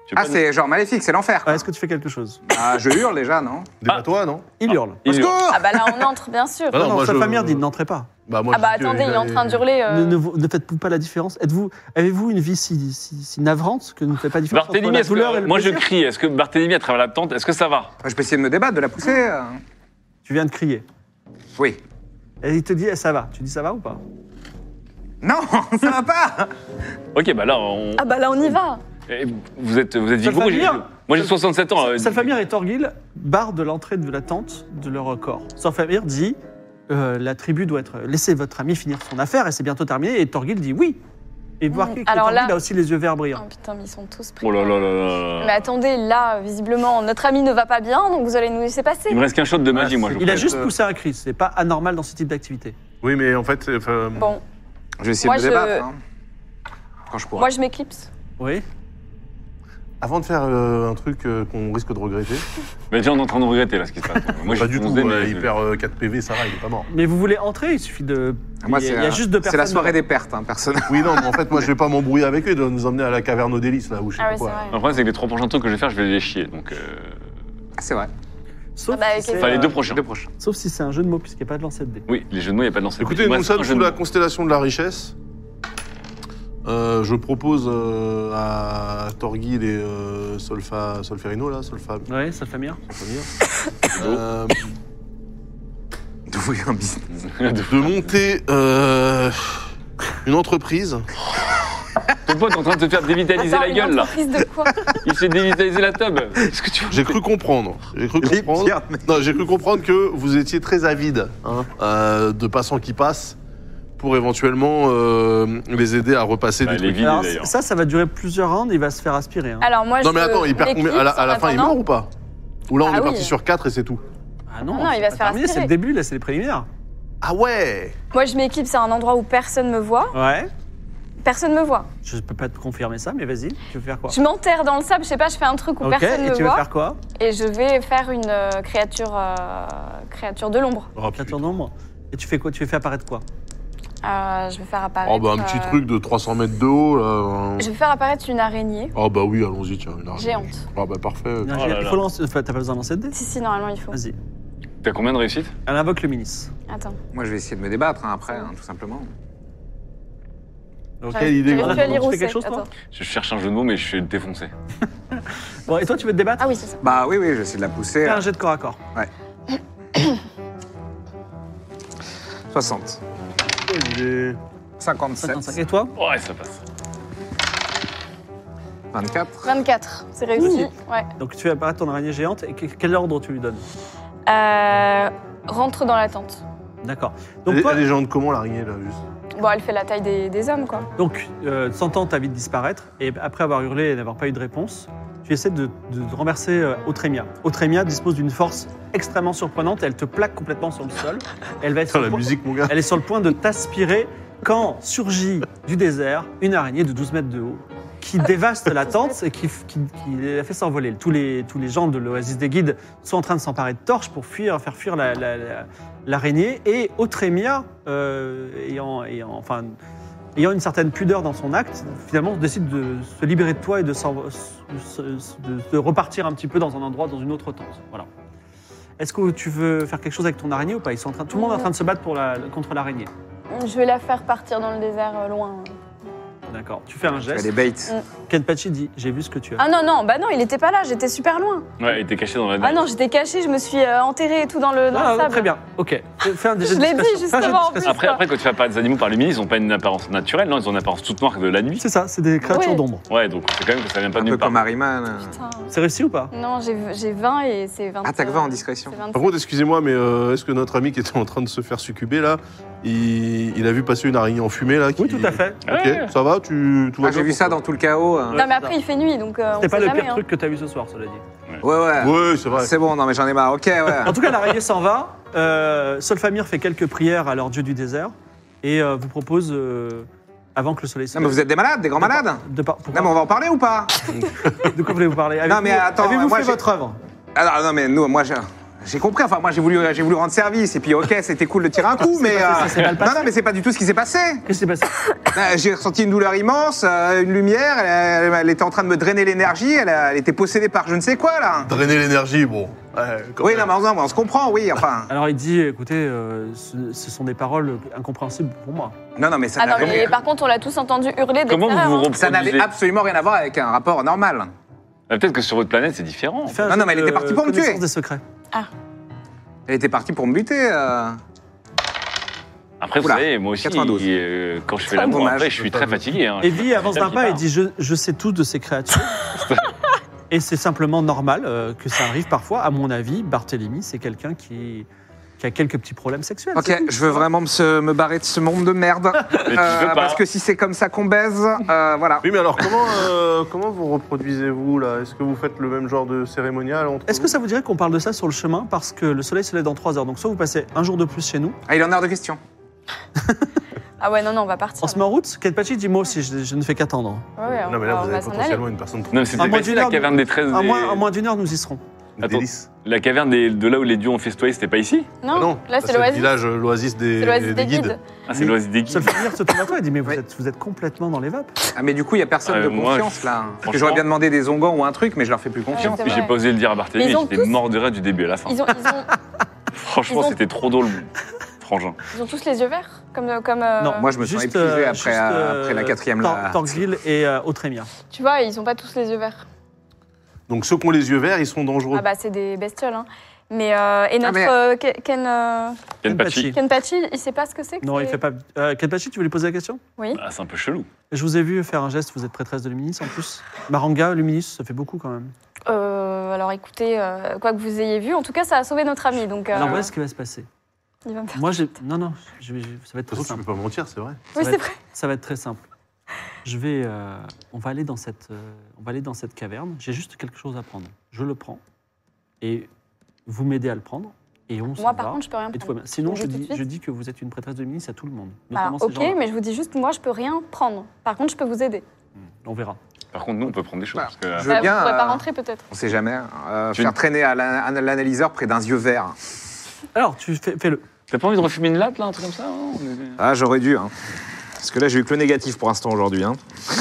Tu veux Ah, pas c'est genre maléfique, c'est l'enfer. Ah, quoi. Est-ce que tu fais quelque chose? Ah, je hurle déjà, non? Débat-toi, non Il hurle. nous- Il hurle. Ah bah là, on entre, bien sûr. Ah non, non, moi, sa je- famille dit n'entrez pas. Bah, moi, Ah bah je dis que attendez, il est en allait- train d'hurler. euh, Ne, ne, vous- ne faites-vous pas la différence. Êtes-vous, avez-vous une vie si, si, si navrante que ne fait pas la différence entre Barthélemy, la est-ce que- douleur et le moi je plaisir? crie. Est-ce que Barthélemy, à travers la tente, est-ce que ça va? Je peux essayer de me débattre, de la pousser. euh. Tu viens de crier. Oui. Et il te dit, eh, ça va. Tu dis, ça va ou pas? Non, ça va pas. Ok, bah là, on... Ah bah là, on y va. Eh, vous êtes, vous êtes vivant. Moi, j'ai- Salfamir moi, j'ai soixante-sept ans. euh, Salfamir et Torgil barrent de l'entrée de la tente de leur corps. Salfamir dit, euh, la tribu doit être... Laissez votre ami finir son affaire et c'est bientôt terminé. Et Torgil dit oui. Et vous remarquez que alors Torgil là- a aussi les yeux verts brillants. Oh putain, mais ils sont tous pris. Oh là là là là Mais là. attendez, là, visiblement, notre ami ne va pas bien, donc vous allez nous laisser passer. Il me reste qu'un shot de magie, moi. je Il a vous juste euh, poussé un cri. C'est pas anormal dans ce type d'activité. Oui, mais en fait, c'est- enfin, Bon, Je vais essayer Moi, de me je- débattre. hein. Quand je pourrai. moi je m'éclipse. Oui. avant de faire euh, un truc euh, qu'on risque de regretter, Mais déjà, on est en train de regretter, là, ce qui se passe. Moi, pas je du tout, onze, mais euh, je- il perd euh, quatre P V, ça va, il est pas mort. Mais vous voulez entrer, il suffit de. Moi, il y a, c'est il y a la- juste deux C'est personnes. la soirée devant. des pertes, hein, personne. Oui, non, mais en fait, moi, je vais pas m'embrouiller avec eux, ils doivent nous emmener à la caverne aux délices, là, où je sais Ah pas ouais, c'est quoi. vrai. Le problème, c'est que les trois prochains trucs que je vais faire, je vais les chier. Donc, euh... C'est vrai. Sauf, Ah bah, si ok. c'est, enfin, les euh, deux prochains. Les deux prochains. sauf si c'est un jeu de mots, puisqu'il n'y a pas de lancer de dés. Oui, les jeux de mots, il n'y a pas de lancer. Écoutez, Moi, nous c'est un sommes jeu sous de la mots. constellation de la richesse. Euh, je propose euh, à Torgil et euh, Solfa, Solferino, là, Solfa... Oui, Salfamir. euh, D'ouvrir un business. de monter euh, une entreprise. Ton pote est en train de te faire dévitaliser Attends, la une gueule, là. entreprise de quoi? Il s'est dévitalisé la tub. Qu'est-ce que tu veux J'ai cru comprendre. J'ai cru Les comprendre. pires, mais- Non, j'ai cru comprendre que vous étiez très avide hein, euh, de passants qui passent pour éventuellement euh, les aider à repasser Bah, des les trucs. vides, Alors, d'ailleurs. ça, ça va durer plusieurs rounds, il va se faire aspirer. hein. Alors moi Non je mais attends, il perd combien à la, à la fin, il m'éclipse en meurt ou pas? Ou là, on Ah est oui. parti sur quatre et c'est tout. Ah non, Ah non, il c'est va pas se faire terminé, c'est aspirer. le début, là, c'est les préliminaires. Ah ouais. Moi je m'éclipse à un endroit où personne me voit. Ouais. Personne me voit. Je peux pas te confirmer ça, mais vas-y, tu veux faire quoi? Je m'enterre dans le sable, je sais pas, je fais un truc où Ok, personne et me tu veux voit. faire quoi? Et je vais faire une euh, créature, euh, créature de l'ombre. Oh, Créature d'ombre. Et tu fais quoi? Tu fais apparaître quoi? Euh, je vais faire apparaître. Oh bah un petit euh, truc de trois cents mètres de haut là. Je vais faire apparaître une araignée. Oh bah oui, allons-y, tiens. Une araignée. Géante. Ah bah parfait. Non, Oh j'ai- là il là. faut lancer. Enfin, t'as pas besoin de lancer de dés? Si si, normalement il faut. Vas-y. T'as combien de réussites? Elle invoque le ministre. Attends. Moi, je vais essayer de me débattre hein, après, hein, tout simplement. Ok. Quelle idée, J'arrive grande. plus à Tu lire fais où quelque c'est. chose, toi? Attends. Je cherche un jeu de mots, mais je suis défoncé. Bon, et toi, tu veux te débattre? Ah oui, c'est ça. Bah oui, oui, je vais essayer de la pousser. Fais un jet de corps à corps. soixante. Quelle idée. cinquante-sept. cinquante-cinq. Et toi? Ouais, ça passe. vingt-quatre. vingt-quatre, c'est réussi. Ouais. Donc tu fais apparaître ton araignée géante. Et que- quel ordre tu lui donnes? Euh, rentre dans la tente. D'accord. Elle, Donc toi, elle est géante comment l'araignée là juste? Bon, elle fait la taille des, des hommes, quoi. donc, euh, sentant ta vie disparaître, et après avoir hurlé et n'avoir pas eu de réponse, tu essaies de, de renverser euh, Autremia. Autremia dispose d'une force extrêmement surprenante. Elle te plaque complètement sur le sol. Elle va être Putain, sur la le point- musique mon gars. Elle est sur le point de t'aspirer quand surgit du désert une araignée de douze mètres de haut qui dévaste la tente et qui, qui, qui la fait s'envoler. Tous les, tous les gens de l'Oasis des Guides sont en train de s'emparer de torches pour fuir, faire fuir la- la- la- l'araignée. Et Autremia, euh, ayant, ayant, enfin, ayant une certaine pudeur dans son acte, finalement décide de se libérer de toi et de, s'en- se- se- de- de repartir un petit peu dans un endroit, dans une autre tente. Voilà. Est-ce que tu veux faire quelque chose avec ton araignée ou pas? Ils sont en train, tout le monde est en train de se battre pour la, contre l'araignée. Je vais la faire partir dans le désert euh, loin. D'accord. Tu fais un Tu as geste. des baits. Kenpachi dit, j'ai vu ce que tu as. Ah non, non, bah non, il était pas là, j'étais super loin. Ouais, il était caché dans la Ah non, j'étais cachée, je me suis euh, enterrée et tout dans le, dans Ah, le sable. très bien. Ok. Fais- Fais un Je déjà de l'ai dit, discrétion. Fais un jet de justement, en discrétion. Après, après, quand tu fais apparaître des animaux par luminis, ils n'ont pas une apparence naturelle, non, ils ont une apparence toute noire de la nuit. C'est ça, c'est des créatures Ouais. d'ombre. Ouais, donc c'est quand même que ça vient pas Un de peu nulle part. comme Harryman. euh. Putain. C'est réussi ou pas? Non, j'ai j'ai vingt et c'est vingt. Ah, t'as que vingt en discrétion. c'est vingt-sept. Par contre, excusez-moi, mais euh, est-ce que notre ami qui était en train de se faire succuber là, il, il a vu passer une araignée en fumée là qui- Oui, tout à fait. Ok, Ouais. ça va, tu tout va Ah, j'ai bien vu pour ça toi dans tout le chaos. hein. Non, mais après, il fait nuit, donc euh, on C'était pas sait le jamais. pire hein. truc que t'as vu ce soir, cela dit. Ouais, ouais. Ouais, c'est vrai. C'est bon, non, mais j'en ai marre. Ok, ouais. En tout cas, l'araignée s'en va. Euh, Solfamir fait quelques prières à leur dieu du désert et euh, vous propose, euh, avant que le soleil se Non, mais vous êtes des malades, des grands de par- malades. De, par- pourquoi, Non, mais on va en parler ou pas? de quoi voulez-vous parler? Avez-vous, mais attends, avez-vous moi, fait j'ai- votre œuvre? Alors, non, mais nous, moi, je, J'ai compris, enfin moi j'ai voulu, j'ai voulu rendre service et puis ok c'était cool de tirer un coup mais... passé, ça s'est mal passé. non non mais c'est pas du tout ce qui s'est passé. Qu'est-ce qui s'est passé? Euh, J'ai ressenti une douleur immense, euh, une lumière, elle, elle- elle était en train de me drainer l'énergie, elle, a- elle était possédée par je ne sais quoi là. Drainer l'énergie, bon. Ouais, quand Oui même. non mais on, on se comprend, oui, enfin... Alors il dit, écoutez, euh, ce, ce sont des paroles incompréhensibles pour moi. Non non mais ça Attends, n'avait mais par contre, on l'a tous entendu hurler de Comment vous l'extérieur, vous hein. reproduisez ça n'avait absolument rien à voir avec un rapport normal. Ah, peut-être que sur votre planète, c'est différent. Fais un Non, jet non, mais elle de était partie pour me connaissance tuer. des secrets. Elle était partie pour me buter. euh. Après, vous Oula, savez, moi aussi, quatre-vingt-douze. euh, quand je fais C'est l'amour, dommage. après, je suis très fatigué. Hein. Evie avance d'un pas et dit dit je, je sais tout de ces créatures. Et c'est simplement normal euh, que ça arrive parfois. À mon avis, Barthélemy, c'est quelqu'un qui, qui a quelques petits problèmes sexuels. c'est Ok, tout. je veux vraiment me, se- me barrer de ce monde de merde. tu veux pas. Parce que si c'est comme ça qu'on baise, euh, voilà. Oui, mais alors comment, euh, comment vous reproduisez-vous là? Est-ce que vous faites le même genre de cérémonial entre Est-ce vous que ça vous dirait qu'on parle de ça sur le chemin? Parce que le soleil se lève dans trois heures. Donc soit vous passez un jour de plus chez nous. Ah, il en a hors de question. Ah ouais, non, non, on va partir. On se met en route. Kenpachi dit moi aussi, je, je ne fais qu'attendre. Ouais, ouais, Non, mais là, on vous va avez s'en aller. potentiellement une personne trop Non, mais c'était À pas moins ici d'une la heure, caverne des treize. À des- moins, à moins d'une heure, nous y serons. Attends, délice. la caverne des- de là où les dieux ont festoyé, c'était pas ici? Ah Non, non, là, ça, c'est le l'oasis. village, euh, l'oasis des, C'est l'oasis des des guides. guides. Ah, c'est l'oasis des guides. Solfamir se tourne à toi et dit mais vous, Oui. êtes, vous êtes complètement dans les vapes. Ah, mais du coup, il n'y a personne Ah, de moi, confiance je- là. Parce que franchement- j'aurais bien demandé des ongans ou un truc, mais je leur fais plus Ouais, confiance. c'est J'ai vrai. pas osé le dire à Barthélemy, Mais ils ont j'étais tous- mort de rire du début à la fin. Ils ont, ils, ont, Franchement, ils ont- c'était trop drôle, frangin. ils ont tous les yeux verts comme, comme, euh, Non, moi, je me sens juste, épuisé euh, après, juste, euh, euh, après la quatrième Tor- là. Torgil et euh, Autremia. Tu vois, ils ont pas tous les yeux verts. Donc ceux qui ont les yeux verts, ils sont dangereux. Ah bah, c'est des bestioles. Hein. Mais, euh, et notre mais- euh, Ken, Ken, euh, Kenpachi. Kenpachi, il sait pas ce que c'est que Non, c'est- il fait pas. Euh, Kenpachi, tu voulais poser la question? Oui. Bah, c'est un peu chelou. Je vous ai vu faire un geste, vous êtes prêtresse de Luminis en plus. Maranga, Luminis, ça fait beaucoup quand même. Euh, alors écoutez, euh, quoi que vous ayez vu, en tout cas, ça a sauvé notre ami. Donc, euh, Alors voilà ce qui va se passer. il va me faire... Moi, j'ai. Non, non, je vais- ça va être De toute très façon, tu simple. peux pas mentir, c'est vrai. Ça Oui, va c'est être- vrai. Ça va être très simple. Je vais. euh, on va aller dans cette. euh, on va aller dans cette caverne. J'ai juste quelque chose à prendre. Je le prends et vous m'aidez à le prendre et on s'en Moi, va. par contre, je peux rien Et tout va prendre. bien. Sinon, Je je vous dis dis, tout de je suite. dis que vous êtes une prêtresse de Luminis à tout le monde. Alors, Notamment ces ok, gens-là. mais je vous dis juste, moi, je peux rien prendre. Par contre, je peux vous aider. On verra. Par contre, nous, on peut prendre des choses. Voilà. Parce que, Je veux Euh, bien, Vous pourrez pas euh, rentrer, peut-être. On sait jamais. euh, Tu- faire traîner à la- à l'analyseur près d'un yeux vert. Alors, tu fais, fais-le. T'as pas envie de refumer une latte, là, un truc comme ça hein On est- Ah, j'aurais dû. Hein. Parce que là, j'ai eu que le négatif pour l'instant aujourd'hui. Hein.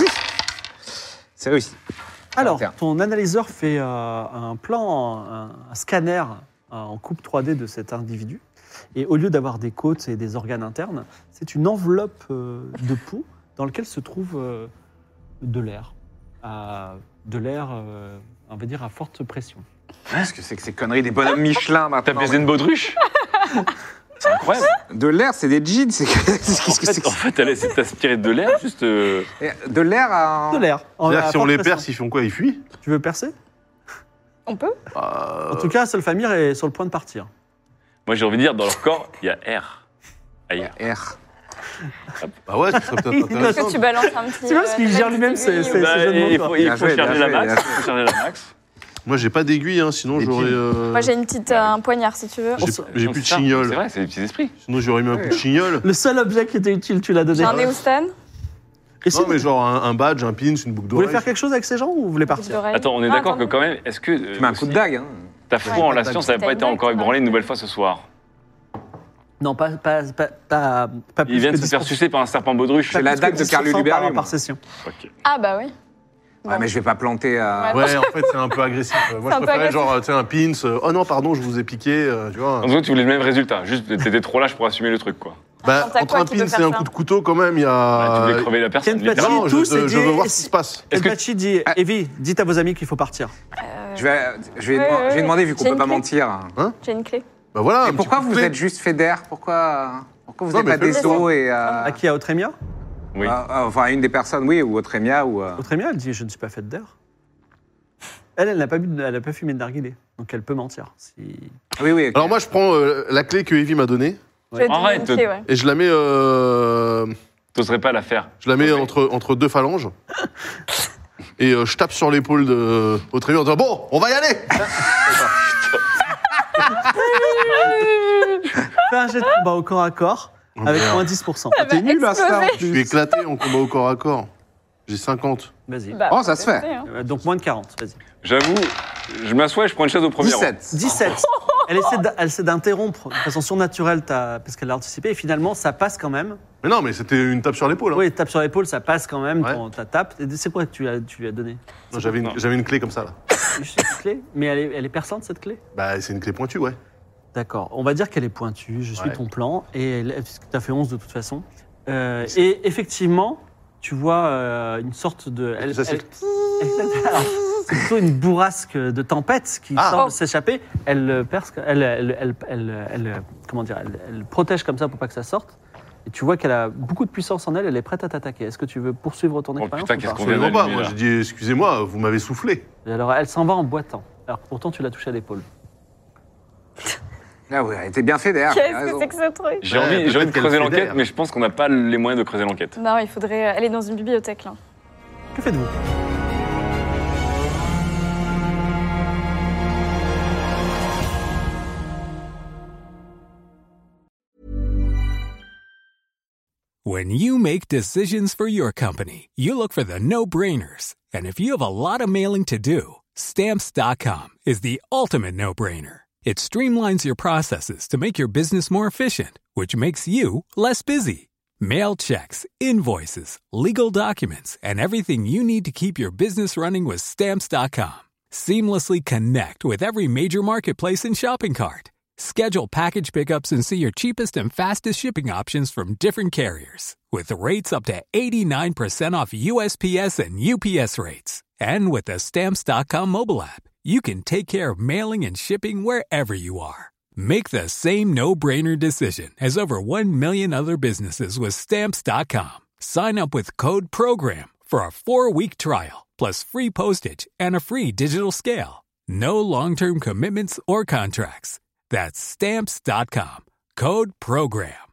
C'est réussi. Alors, Tiens. ton analyseur fait euh, un plan, un, un scanner euh, en coupe trois D de cet individu. Et au lieu d'avoir des côtes et des organes internes, c'est une enveloppe euh, de peau dans laquelle se trouve euh, de l'air. À- De l'air, euh, on va dire, à forte pression. Qu'est-ce que c'est que ces conneries des bonhommes Michelin T'as maintenant? baisé une baudruche? C'est incroyable. De l'air, c'est des jeans. C'est En qu'est-ce que c'est fait, que en fait, elle essaie de t'aspirer de l'air, juste. euh, c'est De l'air à. De l'air. en- C'est-à-dire à que si on forte les pression. perce, ils font quoi? Ils fuient? Tu veux percer On peut Euh, En tout cas, Solfamir est sur le point de partir. Moi, j'ai envie de dire, dans leur corps, il y a air. Ailleurs. Air. Bah ouais, ça serait peut-être Il Est-ce intéressant. que tu balances un petit... Tu vois, ce qu'il euh, gère lui-même, petite c'est- aiguille c'est- ou- Bah, jeu de mots, il quoi. faut, il Bien faut joué, charger bien la joué, max. bien Il faut charger la max. Moi, j'ai pas d'aiguille, hein, sinon Des j'aurais. jeans. euh, Moi, j'ai une petite, euh, un poignard, si tu veux. J'ai j'ai Donc, plus de c'est ça. chignol. C'est vrai, c'est des petits esprits. Sinon, j'aurais mis un coup de chignol. Le seul objet qui était utile, tu l'as donné. J'ai un Eustan. Et si Non, vous, mais genre un, un badge, un pin, une boucle vous voulez d'oreille. faire quelque chose avec ces gens ou vous voulez boucle partir d'oreille. Attends, on est Non, d'accord que attends. quand même, est-ce que. euh, Tu mets un coup de aussi, dague. Hein. Ta foi Ouais, en pas la de science dague. n'avait pas été T'as une encore dague, ébranlée une toi. nouvelle fois ce soir. Non, pas, pas, pas, pas, pas plus Il vient de que se faire dix pour cent. sucer par un serpent baudruche. C'est la Plus que dague de dix pour cent Carl Luberlu, par, moi. par session. Ok. Ah, bah oui. Ouais, mais je vais pas planter. euh, Ouais. Ouais, en fait, c'est un peu agressif. Moi, C'est je un peu préférais agressif. genre, tu sais, un pins. euh, oh non, pardon, je vous ai piqué, euh, tu vois. En tout cas, tu voulais le même résultat. Juste, t'étais trop lâche pour assumer le truc, quoi. Bah, T'as entre quoi un qui peut pins et faire un ça coup de couteau, quand même, il y Ouais, tu a. voulais crever la personne. Ken Patty, littéralement. Non, je, Tous, je, et je veux dit- voir ce qui se passe. Est-ce que- Kenpachi dit Ah. Evie, dites à vos amis qu'il faut partir. Je vais, je vais, Ouais, demand- ouais, je vais demander, vu qu'on j'ai peut une pas clé. mentir. J'ai une clé. Bah voilà. un Et petit pourquoi coup de vous clé. êtes juste fait d'air? Pourquoi, pourquoi vous Non, n'êtes mais pas des fais-le. os et. euh, À qui? À Autremia Oui. euh, euh, enfin, une des personnes, oui, ou Autremia, ou. euh, Autremia, elle dit je ne suis pas faite d'air. Elle, elle n'a pas, bu de- elle n'a pas fumé de narguilé, donc elle peut mentir. Si... Oui, oui. ok. Alors moi, je prends euh, la clé que Evie m'a donnée Je vais te donner Arrête. une clé, ouais. et je la mets, euh, T'oserais pas la faire. je la mets Ok. entre, entre deux phalanges. Et euh, je tape sur l'épaule de Autremia en disant bon, on va y aller. Fais un jet de combat au corps à corps avec moins dix pour cent. T'es nul à ça. exploser. Je suis éclaté en combat au corps à corps. J'ai cinquante. Vas-y. Bah, Oh, ça se fait. hein. Euh, Donc moins de quarante, vas-y. J'avoue, je m'assois et je prends une chaise au premier rang. dix-sept. dix-sept. Elle essaie, d'- elle essaie d'interrompre de façon surnaturelle, ta, parce qu'elle l'a anticipé, et finalement, ça passe quand même. Mais non, mais c'était une tape sur l'épaule. Hein. Oui, tape sur l'épaule, ça passe quand même, Ouais. ton- ta tape. Et c'est quoi que tu, lui as- tu lui as donné? Non, j'avais, une, Non. j'avais une clé comme ça, là. Juste une clé? Mais elle est, elle est perçante, cette clé? Bah, c'est une clé pointue, ouais. D'accord, on va dire qu'elle est pointue, je suis Ouais. ton plan, et elle- puisque tu as fait onze de toute façon. Euh, et effectivement, tu vois euh, une sorte de... Elle, Ça, c'est- elle- alors, c'est plutôt une bourrasque de tempête qui Ah. semble Oh. s'échapper. Elle, euh, perce, elle, elle, elle, elle- elle, euh, comment dire, elle, elle protège comme ça pour pas que ça sorte. Et tu vois qu'elle a beaucoup de puissance en elle, elle est prête à t'attaquer. Est-ce que tu veux poursuivre ton Oh, expérience putain, ou qu'est-ce pas qu'on vient Absolument pas. d'allumer, Moi, là. j'ai dit, excusez-moi, vous m'avez soufflé. Et alors, elle s'en va en boitant. Alors que pourtant, tu l'as touché à l'épaule. Ah oui, elle était bien fait derrière. t'as Qu'est-ce que raison. c'est que ce truc J'ai Ouais, envie, j'ai envie peut-être de qu'elle creuser l'enquête, fédère. mais je pense qu'on n'a pas les moyens de creuser l'enquête. Non, il faudrait. Elle est dans une bibliothèque là. Que faites-vous? When you make decisions for your company, you look for the no-brainers. And if you have a lot of mailing to do, Stamps dot com is the ultimate no-brainer. It streamlines your processes to make your business more efficient, which makes you less busy. Mail checks, invoices, legal documents, and everything you need to keep your business running with Stamps dot com. Seamlessly connect with every major marketplace and shopping cart. Schedule package pickups and see your cheapest and fastest shipping options from different carriers. With rates up to eighty-nine percent off U S P S and U P S rates. And with the Stamps dot com mobile app, you can take care of mailing and shipping wherever you are. Make the same no-brainer decision as over one million other businesses with Stamps dot com. Sign up with code PROGRAM for a four-week trial, plus free postage and a free digital scale. No long-term commitments or contracts. That's Stamps dot com. Code PROGRAM.